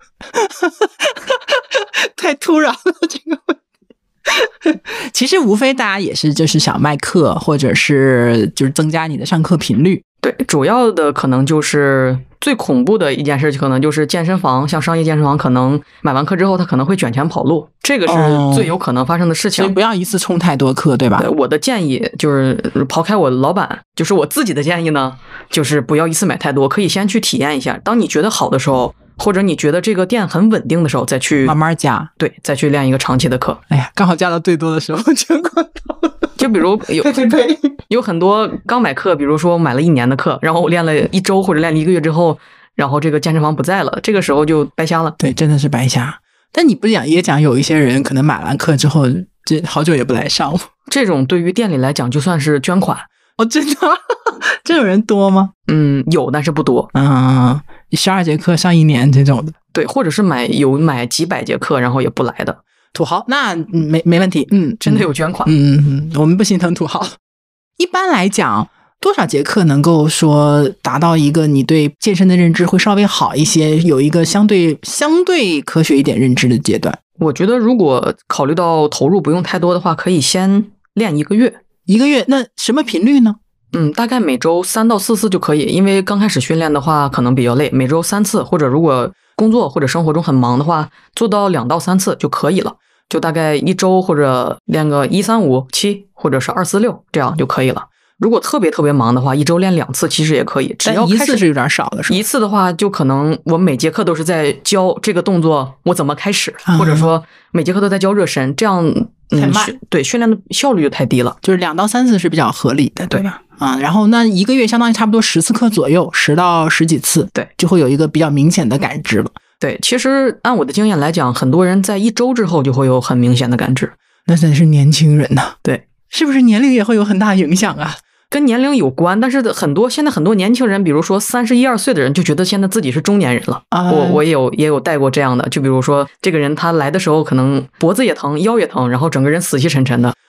太突然了，这个问题。其实无非大家也是就是想卖课，或者是就是增加你的上课频率。 对，主要的可能就是最恐怖的一件事，可能就是健身房，像商业健身房，可能买完课之后他可能会卷钱跑路，这个是最有可能发生的事情。 哦、所以不要一次充太多课，对吧？ 对，我的建议就是抛开我的老板，就是我自己的建议呢，就是不要一次买太多，可以先去体验一下，当你觉得好的时候，或者你觉得这个店很稳定的时候，再去慢慢加。 对，再去练一个长期的课。 哎呀，刚好加到最多的时候全关到了。 就比如有有很多刚买课，比如说买了一年的课，然后我练了一周或者练了一个月之后，然后这个健身房不在了，这个时候就白瞎了。 对，真的是白瞎。但你不讲也讲，有一些人可能买完课之后，这好久也不来上。 这种对于店里来讲，就算是捐款。 哦，真的？这种人多吗？ 嗯，有，但是不多。 嗯，十二节课上一年这种的。 对，或者是买有买几百节课，然后也不来的土豪，那没没问题。嗯， 真的有捐款。 嗯嗯，我们不心疼土豪。一般来讲，多少节课能够说达到一个你对健身的认知会稍微好一些，有一个相对相对科学一点认知的阶段？ 我觉得如果考虑到投入不用太多的话，可以先练一个月。 一个月，那什么频率呢？ 嗯，大概每周三到四次就可以，因为刚开始训练的话可能比较累，每周三次，或者如果工作或者生活中很忙的话，做到两到三次就可以了。就大概一周或者练个一三五七或者是二四六这样就可以了。如果特别特别忙的话，一周练两次其实也可以。只要一次是有点少的，是吧？ 一次的话，就可能我每节课都是在教这个动作我怎么开始， 嗯、 或者说每节课都在教热身，这样太慢、 嗯，对训练的效率就太低了。 就是两到三次是比较合理的，对吧？啊、嗯，然后那一个月相当于差不多十次课左右，十到十几次， 对， 就会有一个比较明显的感知了。 对，其实按我的经验来讲，很多人在一周之后就会有很明显的感知。 那真是年轻人呐， 对， 是不是年龄也会有很大影响啊？ 跟年龄有关，但是很多现在很多年轻人，比如说三十一二岁的人，就觉得现在自己是中年人了。 啊、 我我也有也有带过这样的，就比如说这个人他来的时候可能脖子也疼，腰也疼，然后整个人死气沉沉的。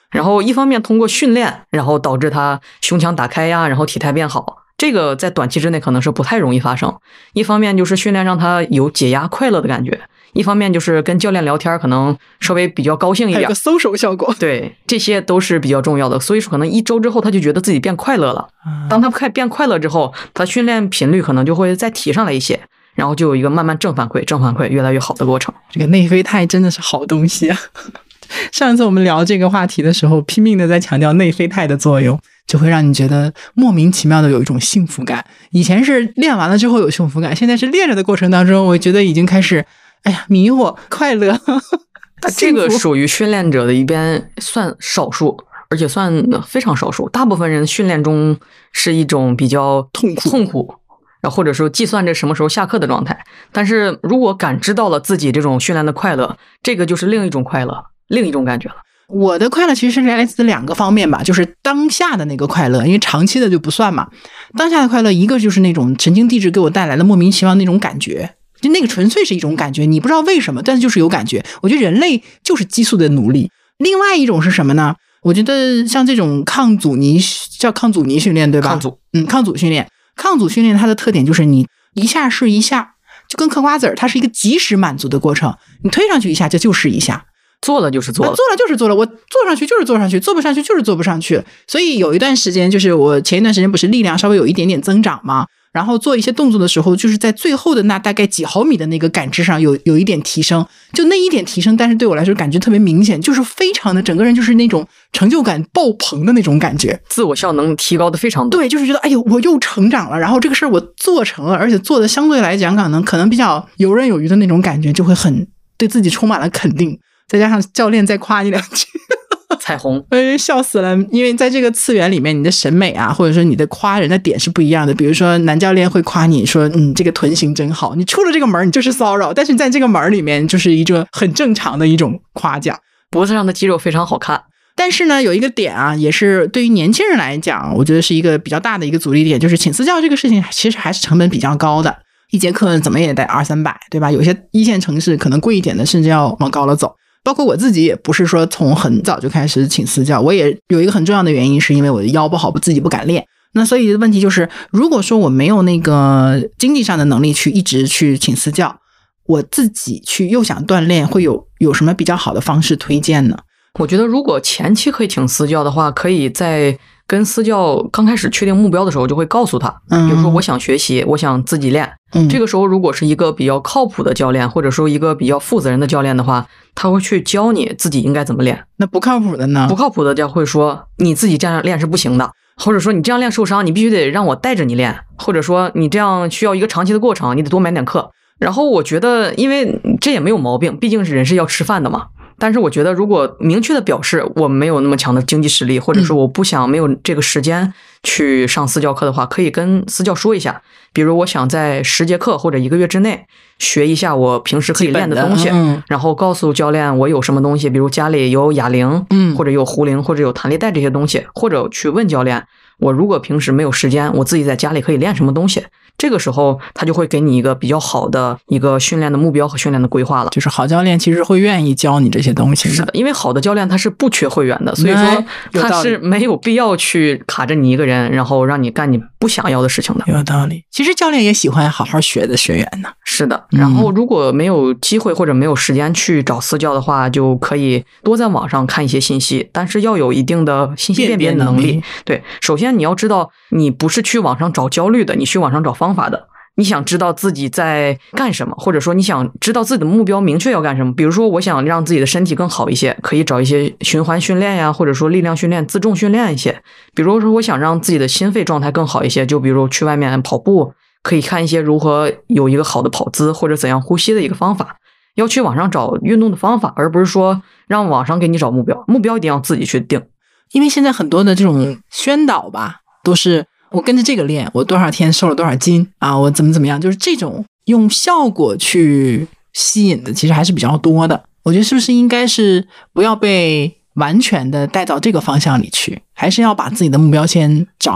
然后一方面通过训练，然后导致他胸腔打开呀，然后体态变好，这个在短期之内可能是不太容易发生。一方面就是训练让他有解压快乐的感觉，一方面就是跟教练聊天可能稍微比较高兴一点， 还有个 social 效果。 对，这些都是比较重要的。所以说可能一周之后他就觉得自己变快乐了，当他快变快乐之后，他训练频率可能就会再提上来一些，然后就有一个慢慢正反馈正反馈越来越好的过程。 这个内啡肽真的是好东西啊。上次我们聊这个话题的时候拼命的在强调内啡肽的作用，就会让你觉得莫名其妙的有一种幸福感。以前是练完了之后有幸福感，现在是练着的过程当中我觉得已经开始哎呀迷惑快乐。 这个属于训练者的一边算少数，而且算非常少数，大部分人训练中是一种比较痛苦痛苦或者说计算着什么时候下课的状态。但是如果感知到了自己这种训练的快乐，这个就是另一种快乐，另一种感觉了。 我的快乐其实是来自两个方面吧，就是当下的那个快乐，因为长期的就不算嘛。当下的快乐，一个就是那种神经递质给我带来的莫名其妙那种感觉，就那个纯粹是一种感觉，你不知道为什么，但是就是有感觉。我觉得人类就是激素的奴隶。另外一种是什么呢？我觉得像这种抗阻尼，叫抗阻尼训练，对吧？ 抗阻， 嗯，抗阻训练。抗阻训练它的特点就是你一下是一下，就跟嗑瓜子儿，它是一个及时满足的过程。你推上去一下，这就是一下。 做了就是做了， 做了就是做了，我做上去就是做上去，做不上去就是做不上去。所以有一段时间，就是我前一段时间不是力量稍微有一点点增长嘛，然后做一些动作的时候，就是在最后的那大概几毫米的那个感知上有有一点提升，就那一点提升，但是对我来说感觉特别明显，就是非常的整个人就是那种成就感爆棚的那种感觉， 自我效能提高的非常多。 对，就是觉得哎呦我又成长了，然后这个事儿我做成了，而且做的相对来讲可能可能比较游刃有余的那种感觉，就会很对自己充满了肯定。再加上教练再夸你两句， 彩虹， 哎，笑死了！因为在这个次元里面，你的审美啊，或者说你的夸人的点是不一样的。比如说，男教练会夸你说：“嗯，这个臀型真好。”你出了这个门，你就是骚扰；但是在这个门里面，就是一个很正常的一种夸奖。 脖子上的肌肉非常好看。 但是呢，有一个点啊，也是对于年轻人来讲，我觉得是一个比较大的一个阻力点，就是请私教这个事情，其实还是成本比较高的。一节课怎么也得二三百，对吧？有些一线城市可能贵一点的，甚至要往高了走。包括我自己也不是说从很早就开始请私教，我也有一个很重要的原因，是因为我的腰不好，我自己不敢练。那所以问题就是，如果说我没有那个经济上的能力去一直去请私教，我自己去又想锻炼，会有有什么比较好的方式推荐呢？ 我觉得如果前期可以请私教的话，可以在跟私教刚开始确定目标的时候就会告诉他，比如说我想学习，我想自己练。 嗯， 这个时候如果是一个比较靠谱的教练，或者说一个比较负责任的教练的话，他会去教你自己应该怎么练。 那不靠谱的呢？ 不靠谱的教会说你自己这样练是不行的，或者说你这样练受伤，你必须得让我带着你练，或者说你这样需要一个长期的过程，你得多买点课。然后我觉得因为这也没有毛病，毕竟是人是要吃饭的嘛。但是我觉得如果明确的表示我没有那么强的经济实力，或者说我不想没有这个时间去上私教课的话，可以跟私教说一下，比如我想在十节课或者一个月之内学一下我平时可以练的东西， 嗯、 然后告诉教练我有什么东西，比如家里有哑铃， 嗯， 或者有壶铃，或者有弹力带这些东西，或者去问教练我如果平时没有时间，我自己在家里可以练什么东西。这个时候他就会给你一个比较好的一个训练的目标和训练的规划了。 就是好教练其实会愿意教你这些东西的。 是的，因为好的教练他是不缺会员的，所以说他是没有必要去卡着你一个人，然后让你干你不想要的事情的。 有道理。其实教练也喜欢好好学的学员呢。 是的，然后如果没有机会或者没有时间去找私教的话，就可以多在网上看一些信息，但是要有一定的信息辨别能力。对，首先你要知道你不是去网上找焦虑的，你去网上找方法的。你想知道自己在干什么，或者说你想知道自己的目标明确要干什么，比如说我想让自己的身体更好一些，可以找一些循环训练呀，或者说力量训练、自重训练一些。比如说我想让自己的心肺状态更好一些，就比如去外面跑步，可以看一些如何有一个好的跑姿或者怎样呼吸的一个方法。要去网上找运动的方法，而不是说让网上给你找目标，目标一定要自己去定。 因为现在很多的这种宣导吧，都是我跟着这个练，我多少天瘦了多少斤啊，我怎么怎么样，就是这种用效果去吸引的其实还是比较多的。我觉得是不是应该是不要被完全的带到这个方向里去，还是要把自己的目标先找好。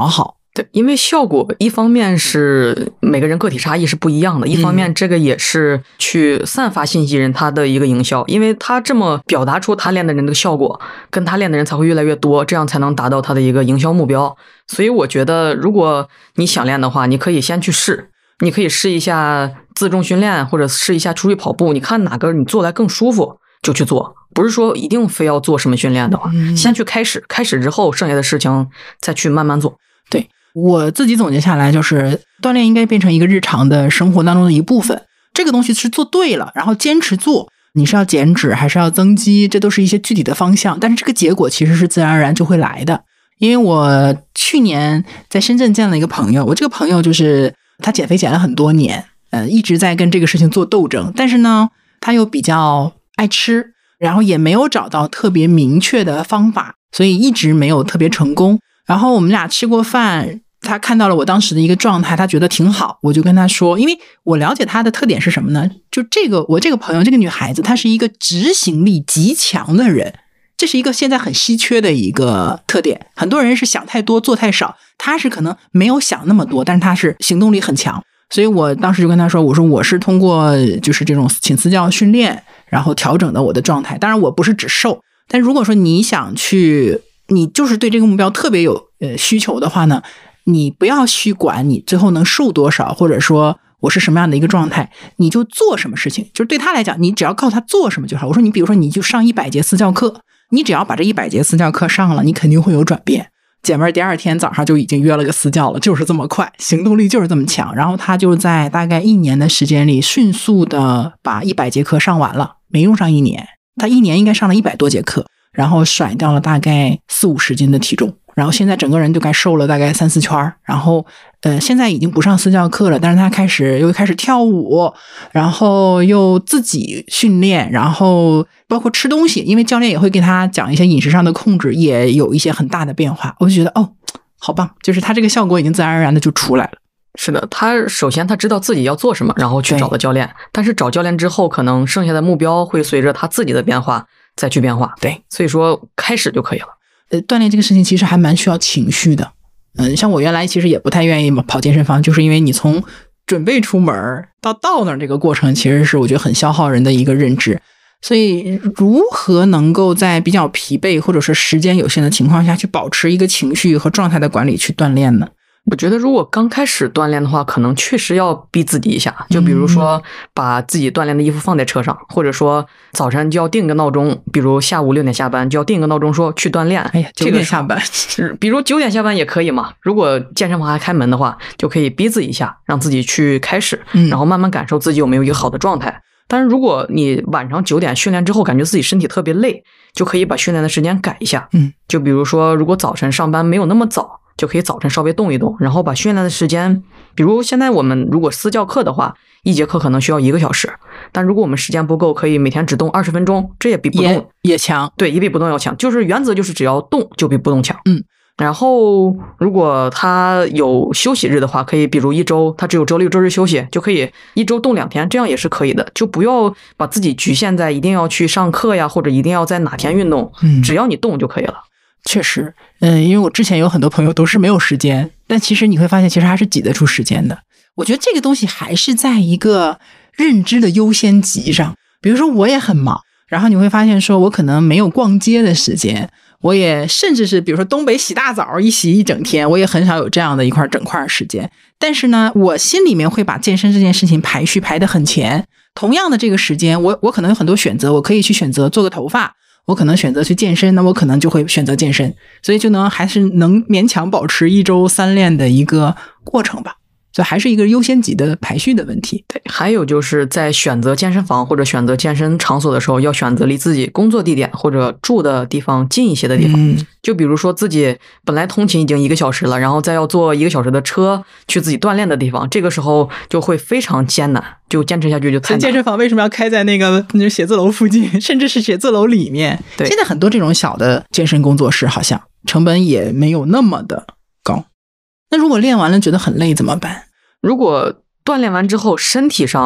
对，因为效果一方面是每个人个体差异是不一样的，一方面这个也是去散发信息人他的一个营销，因为他这么表达出他练的人的效果，跟他练的人才会越来越多，这样才能达到他的一个营销目标。所以我觉得如果你想练的话，你可以先去试，你可以试一下自重训练，或者试一下出去跑步，你看哪个你做来更舒服就去做，不是说一定非要做什么训练的话，嗯、先去开始，开始之后剩下的事情再去慢慢做。 对，我自己总结下来就是锻炼应该变成一个日常的生活当中的一部分，这个东西是做对了，然后坚持做，你是要减脂还是要增肌，这都是一些具体的方向，但是这个结果其实是自然而然就会来的。因为我去年在深圳见了一个朋友，我这个朋友就是他减肥减了很多年，呃，一直在跟这个事情做斗争，但是呢他又比较爱吃，然后也没有找到特别明确的方法，所以一直没有特别成功。然后我们俩吃过饭，他看到了我当时的一个状态，他觉得挺好，我就跟他说，因为我了解他的特点是什么呢，就这个我这个朋友这个女孩子她是一个执行力极强的人，这是一个现在很稀缺的一个特点，很多人是想太多做太少，他是可能没有想那么多，但是他是行动力很强。所以我当时就跟他说，我说我是通过就是这种请私教训练然后调整的我的状态，当然我不是只瘦，但如果说你想去你就是对这个目标特别有呃需求的话呢，你不要去管你最后能瘦多少，或者说我是什么样的一个状态，你就做什么事情，就是对他来讲你只要告诉他做什么就好。我说你比如说你就上一百节私教课，你只要把这一百节私教课上了，你肯定会有转变。姐妹第二天早上就已经约了个私教了，就是这么快，行动力就是这么强。然后他就在大概一年的时间里迅速的把一百节课上完了，没用上一年，他一年应该上了一百多节课，然后甩掉了大概四五十斤的体重，然后现在整个人就该瘦了大概三四圈，然后呃现在已经不上私教课了，但是他开始又开始跳舞，然后又自己训练，然后包括吃东西，因为教练也会给他讲一些饮食上的控制，也有一些很大的变化。我就觉得哦好棒，就是他这个效果已经自然而然的就出来了。 是的，他首先他知道自己要做什么，然后去找了教练，但是找教练之后可能剩下的目标会随着他自己的变化再去变化。 对，所以说开始就可以了。 呃，锻炼这个事情其实还蛮需要情绪的。嗯，像我原来其实也不太愿意跑健身房，就是因为你从准备出门到到那儿这个过程，其实是我觉得很消耗人的一个认知。所以如何能够在比较疲惫或者是时间有限的情况下去保持一个情绪和状态的管理去锻炼呢？ 我觉得如果刚开始锻炼的话，可能确实要逼自己一下，就比如说把自己锻炼的衣服放在车上，或者说早晨就要定个闹钟，比如下午六点下班就要定个闹钟说去锻炼。 哎呀，九点下班， 比如九点下班也可以嘛。如果健身房还开门的话，就可以逼自己一下，让自己去开始，然后慢慢感受自己有没有一个好的状态。但是如果你晚上九点训练之后感觉自己身体特别累，就可以把训练的时间改一下。 嗯， 就比如说如果早晨上班没有那么早，就可以早晨稍微动一动，然后把训练的时间，比如现在我们如果私教课的话，一节课可能需要一个小时，但如果我们时间不够，可以每天只动二十分钟，这也比不动也, 也强。 对，也比不动要强，就是原则就是只要动就比不动强。 嗯， 然后如果他有休息日的话，可以比如一周他只有周六周日休息，就可以一周动两天，这样也是可以的。就不要把自己局限在一定要去上课呀，或者一定要在哪天运动， 嗯， 只要你动就可以了。 确实，嗯，因为我之前有很多朋友都是没有时间，但其实你会发现其实还是挤得出时间的。我觉得这个东西还是在一个认知的优先级上。比如说我也很忙，然后你会发现说我可能没有逛街的时间，我也甚至是比如说东北洗大澡一洗一整天，我也很少有这样的一块整块时间。但是呢，我心里面会把健身这件事情排序排得很前。同样的这个时间，我我可能有很多选择，我可以去选择做个头发，我可能选择去健身，那我可能就会选择健身，所以就能还是能勉强保持一周三练的一个过程吧。所以还是一个优先级的排序的问题。 对，还有就是在选择健身房或者选择健身场所的时候，要选择离自己工作地点或者住的地方近一些的地方。 嗯， 就比如说自己本来通勤已经一个小时了，然后再要坐一个小时的车去自己锻炼的地方，这个时候就会非常艰难，就坚持下去就太难。 健身房为什么要开在那个写字楼附近，甚至是写字楼里面？ 对， 现在很多这种小的健身工作室好像成本也没有那么的高。那如果练完了觉得很累怎么办？ 如果锻炼完之后身体上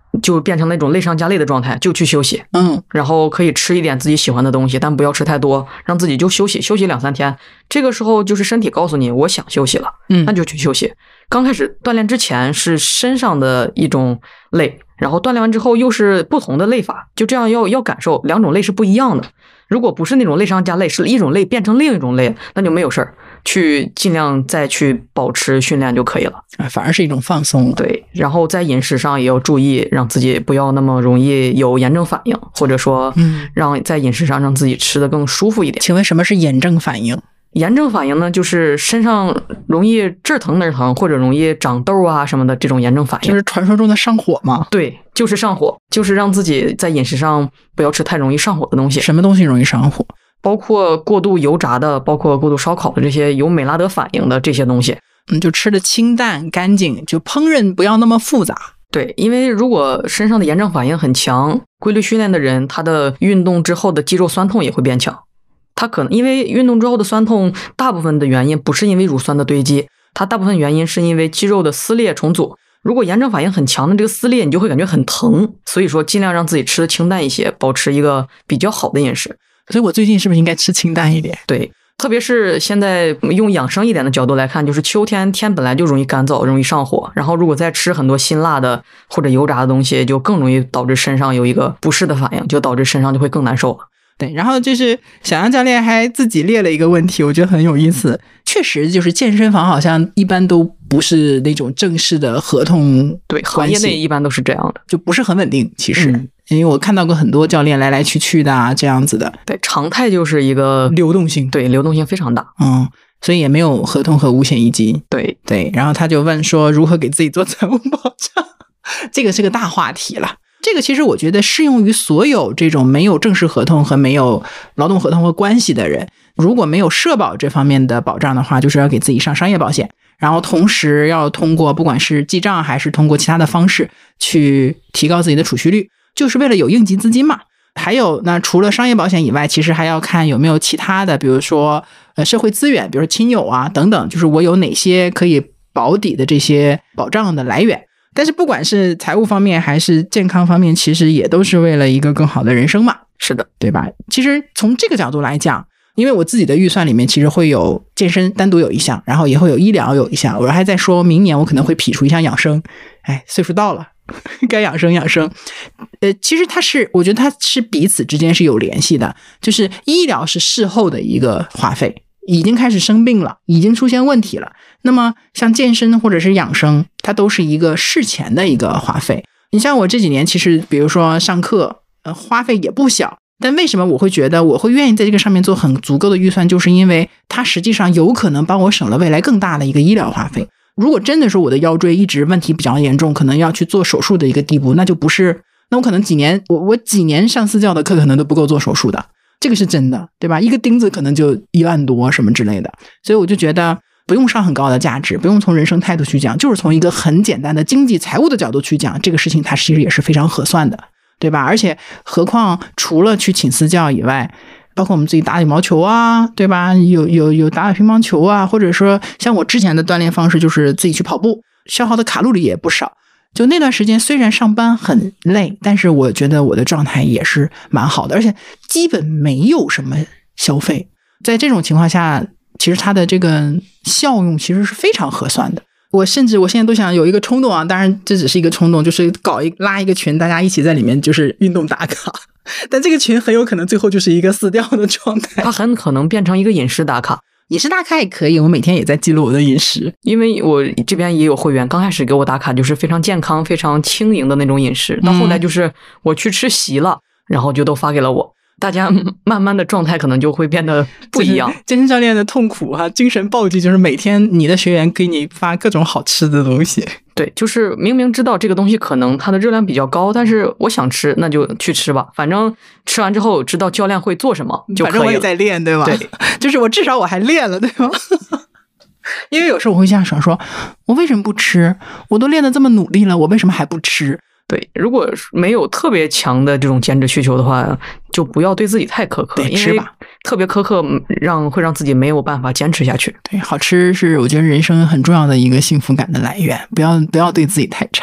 就变成那种累上加累的状态，就去休息。 嗯， 然后可以吃一点自己喜欢的东西，但不要吃太多，让自己就休息休息两三天。这个时候就是身体告诉你我想休息了， 嗯， 那就去休息。刚开始锻炼之前是身上的一种累，然后锻炼完之后又是不同的累法，就这样要要感受两种累是不一样的。如果不是那种累上加累，是一种累变成另一种累，那就没有事儿，去尽量再去保持训练就可以了。 反而是一种放松。 对，然后在饮食上也要注意，让自己不要那么容易有炎症反应，或者说让在饮食上让自己吃得更舒服一点。 请问什么是炎症反应？ 炎症反应呢，就是身上容易这儿疼那儿疼，或者容易长痘啊什么的这种炎症反应。 就是传说中的上火吗？ 对，就是上火，就是让自己在饮食上不要吃太容易上火的东西。 什么东西容易上火？ 包括过度油炸的，包括过度烧烤的这些有美拉德反应的这些东西。 嗯，就吃的清淡干净，就烹饪不要那么复杂。 对，因为如果身上的炎症反应很强，规律训练的人，他的运动之后的肌肉酸痛也会变强。他可能因为运动之后的酸痛，大部分的原因不是因为乳酸的堆积，它大部分原因是因为肌肉的撕裂重组。如果炎症反应很强的这个撕裂，你就会感觉很疼。所以说尽量让自己吃的清淡一些，保持一个比较好的饮食。 所以我最近是不是应该吃清淡一点？ 对，特别是现在用养生一点的角度来看，就是秋天天本来就容易干燥，容易上火，然后如果再吃很多辛辣的或者油炸的东西，就更容易导致身上有一个不适的反应，就导致身上就会更难受了。 对，然后就是小杨教练还自己列了一个问题，我觉得很有意思。确实就是健身房好像一般都不是那种正式的合同， 对，行业内一般都是这样的， 就不是很稳定其实、 嗯、 因为我看到过很多教练来来去去的啊，这样子的。 对，常态就是一个流动性， 对，流动性非常大。 嗯，所以也没有合同和五险一金。 对对，然后他就问说如何给自己做财务保障，这个是个大话题了。这个其实我觉得适用于所有这种没有正式合同和没有劳动合同和关系的人，如果没有社保这方面的保障的话，就是要给自己上商业保险，然后同时要通过不管是记账还是通过其他的方式去提高自己的储蓄率，就是为了有应急资金嘛。还有那除了商业保险以外，其实还要看有没有其他的，比如说呃社会资源，比如说亲友啊等等，就是我有哪些可以保底的这些保障的来源。但是不管是财务方面还是健康方面，其实也都是为了一个更好的人生嘛。 是的， 对吧？其实从这个角度来讲，因为我自己的预算里面其实会有健身单独有一项，然后也会有医疗有一项，我还在说明年我可能会撇除一项养生。哎，岁数到了该养生养生。呃，其实它是我觉得它是彼此之间是有联系的，就是医疗是事后的一个花费，已经开始生病了，已经出现问题了，那么像健身或者是养生，它都是一个事前的一个花费。你像我这几年其实比如说上课呃，花费也不小，但为什么我会觉得我会愿意在这个上面做很足够的预算，就是因为它实际上有可能帮我省了未来更大的一个医疗花费。如果真的说我的腰椎一直问题比较严重，可能要去做手术的一个地步，那就不是，那我可能几年我我几年上私教的课可能都不够做手术的，这个是真的，对吧？一个钉子可能就一万多什么之类的。所以我就觉得不用上很高的价值，不用从人生态度去讲，就是从一个很简单的经济财务的角度去讲，这个事情它其实也是非常合算的，对吧？而且何况除了去请私教以外，包括我们自己打羽毛球啊，对吧？有有有打打乒乓球啊，或者说像我之前的锻炼方式就是自己去跑步，消耗的卡路里也不少。就那段时间虽然上班很累，但是我觉得我的状态也是蛮好的，而且基本没有什么消费。在这种情况下，其实它的这个效用其实是非常合算的。我甚至我现在都想有一个冲动啊，当然这只是一个冲动，就是搞一拉一个群，大家一起在里面就是运动打卡，但这个群很有可能最后就是一个死掉的状态， 它很可能变成一个饮食打卡。 饮食打卡也可以，我每天也在记录我的饮食， 因为我这边也有会员，刚开始给我打卡就是非常健康非常轻盈的那种饮食，到后来就是我去吃席了、嗯、然后就都发给了我，大家慢慢的状态可能就会变得不一样。 健身教练的痛苦哈、啊，精神暴击就是每天你的学员给你发各种好吃的东西。 对，就是明明知道这个东西可能它的热量比较高，但是我想吃那就去吃吧，反正吃完之后知道教练会做什么就可以了。 反正我也在练，对吧？ 对， 就是我至少我还练了，对吧？因为有时候我会这样想说，我为什么不吃？我都练得这么努力了，我为什么还不吃？ 对，如果没有特别强的这种减脂需求的话，就不要对自己太苛刻， 对，吃吧。 特别苛刻让会让自己没有办法坚持下去。 对，好吃是我觉得人生很重要的一个幸福感的来源，不要不要对自己太差。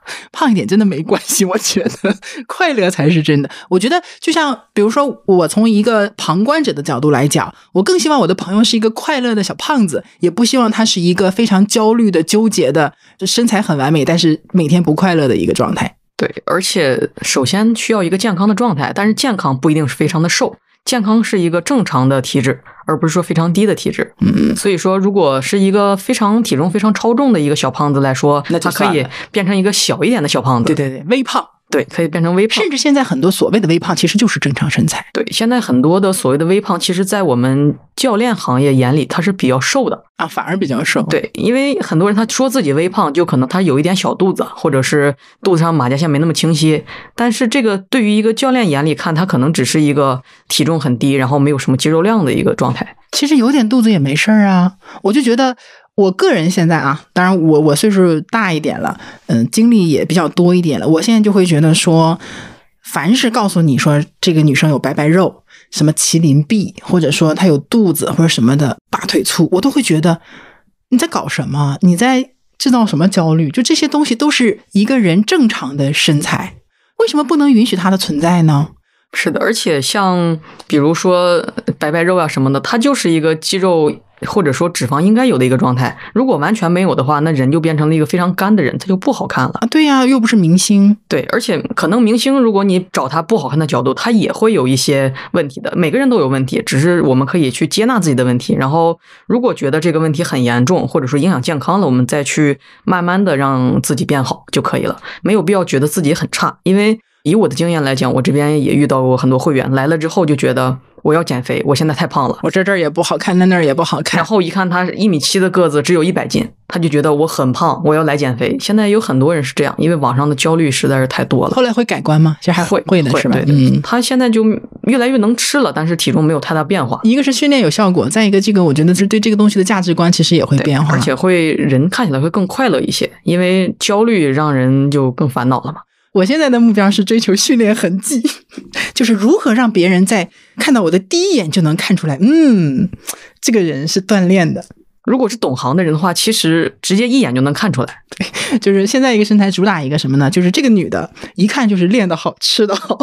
胖一点真的没关系，我觉得快乐才是真的。我觉得就像比如说我从一个旁观者的角度来讲，我更希望我的朋友是一个快乐的小胖子，也不希望他是一个非常焦虑的纠结的身材很完美但是每天不快乐的一个状态。 对，而且首先需要一个健康的状态，但是健康不一定是非常的瘦，健康是一个正常的体质，而不是说非常低的体质。 嗯， 所以说如果是一个非常体重非常超重的一个小胖子来说， 那他可以变成一个小一点的小胖子。 对对对，微胖。 对，可以变成微胖， 甚至现在很多所谓的微胖其实就是正常身材。 对，现在很多的所谓的微胖，其实在我们教练行业眼里，他是比较瘦的啊，反而比较瘦。 对，因为很多人他说自己微胖，就可能他有一点小肚子，或者是肚子上马甲线没那么清晰，但是这个对于一个教练眼里看，他可能只是一个体重很低，然后没有什么肌肉量的一个状态。 其实有点肚子也没事儿啊，我就觉得。我个人现在啊，当然我我岁数大一点了，嗯，经历也比较多一点了。我现在就会觉得说，凡是告诉你说这个女生有白白肉，什么麒麟臂，或者说她有肚子或者什么的大腿粗，我都会觉得你在搞什么？你在制造什么焦虑？就这些东西都是一个人正常的身材，为什么不能允许它的存在呢？ 是的，而且像比如说白白肉啊什么的，它就是一个肌肉或者说脂肪应该有的一个状态，如果完全没有的话，那人就变成了一个非常干的人，他就不好看了啊。对呀、啊，又不是明星。 对，而且可能明星如果你找他不好看的角度，他也会有一些问题的，每个人都有问题，只是我们可以去接纳自己的问题，然后如果觉得这个问题很严重或者说影响健康了，我们再去慢慢的让自己变好就可以了，没有必要觉得自己很差。因为以我的经验来讲，我这边也遇到过很多会员来了之后就觉得我要减肥，我现在太胖了， 我这这儿也不好看，那那儿也不好看， 然后一看他一米七的个子只有一百斤，他就觉得我很胖，我要来减肥。现在有很多人是这样，因为网上的焦虑实在是太多了。 后来会改观吗？其实还会会的是吧？ 对对，嗯，他现在就越来越能吃了，但是体重没有太大变化。 一个是训练有效果，再一个这个我觉得是对这个东西的价值观其实也会变化， 而且会人看起来会更快乐一些，因为焦虑让人就更烦恼了嘛。 我现在的目标是追求训练痕迹，就是如何让别人在看到我的第一眼就能看出来，嗯，这个人是锻炼的。 如果是懂行的人的话，其实直接一眼就能看出来。 对，就是现在一个身材主打一个什么呢？就是这个女的一看就是练得好，吃得好。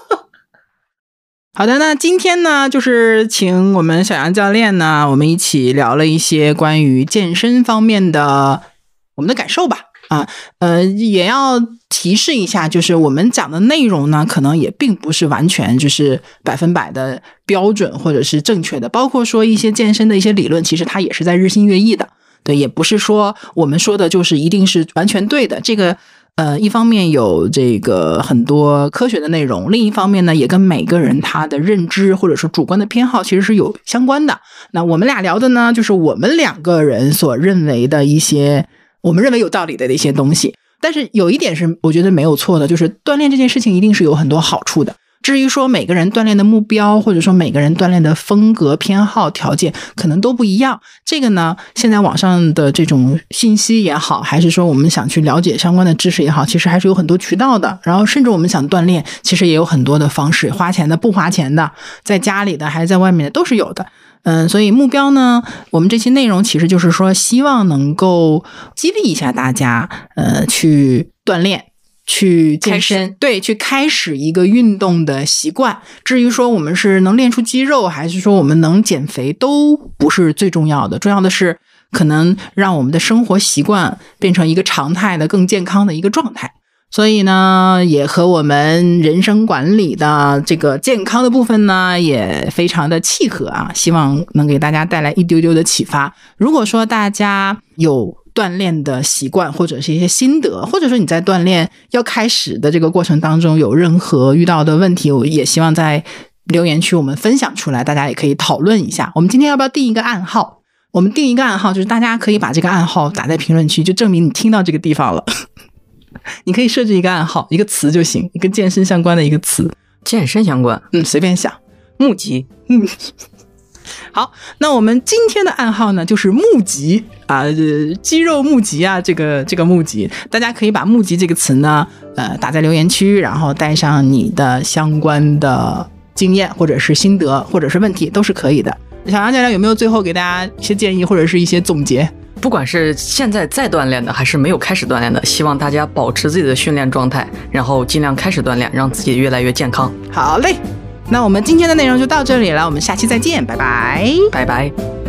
好的，那今天呢，就是请我们小杨教练呢，我们一起聊了一些关于健身方面的我们的感受吧。啊，呃，也要提示一下，就是我们讲的内容呢，可能也并不是完全就是百分百的标准或者是正确的，包括说一些健身的一些理论，其实它也是在日新月异的。对，也不是说我们说的就是一定是完全对的。这个呃，一方面有这个很多科学的内容，另一方面呢，也跟每个人他的认知或者说主观的偏好其实是有相关的。那我们俩聊的呢，就是我们两个人所认为的一些。我们认为有道理的一些东西，但是有一点是我觉得没有错的，就是锻炼这件事情一定是有很多好处的。至于说每个人锻炼的目标，或者说每个人锻炼的风格、偏好、条件可能都不一样，这个呢，现在网上的这种信息也好，还是说我们想去了解相关的知识也好，其实还是有很多渠道的。然后甚至我们想锻炼，其实也有很多的方式，花钱的、不花钱的，在家里的还是在外面的都是有的。嗯，所以目标呢，我们这期内容其实就是说，希望能够激励一下大家，呃，去锻炼，去健身，对，去开始一个运动的习惯。至于说我们是能练出肌肉，还是说我们能减肥，都不是最重要的。重要的是，可能让我们的生活习惯变成一个常态的、更健康的一个状态。所以呢，也和我们人生管理的这个健康的部分呢，也非常的契合啊，希望能给大家带来一丢丢的启发。如果说大家有锻炼的习惯，或者是一些心得，或者说你在锻炼要开始的这个过程当中有任何遇到的问题，我也希望在留言区我们分享出来，大家也可以讨论一下。我们今天要不要定一个暗号？我们定一个暗号，就是大家可以把这个暗号打在评论区，就证明你听到这个地方了。你可以设置一个暗号，一个词就行，一个健身相关的一个词。 健身相关， 嗯，随便想。 募集， 嗯，好，那我们今天的暗号呢，就是募集啊、呃，肌肉募集啊，这个这个募集，大家可以把募集这个词呢，呃，打在留言区，然后带上你的相关的经验或者是心得或者是问题都是可以的。小杨教练有没有最后给大家一些建议或者是一些总结？ 不管是现在在锻炼的，还是没有开始锻炼的，希望大家保持自己的训练状态，然后尽量开始锻炼，让自己越来越健康。 好嘞，那我们今天的内容就到这里了，我们下期再见，拜拜， 拜拜。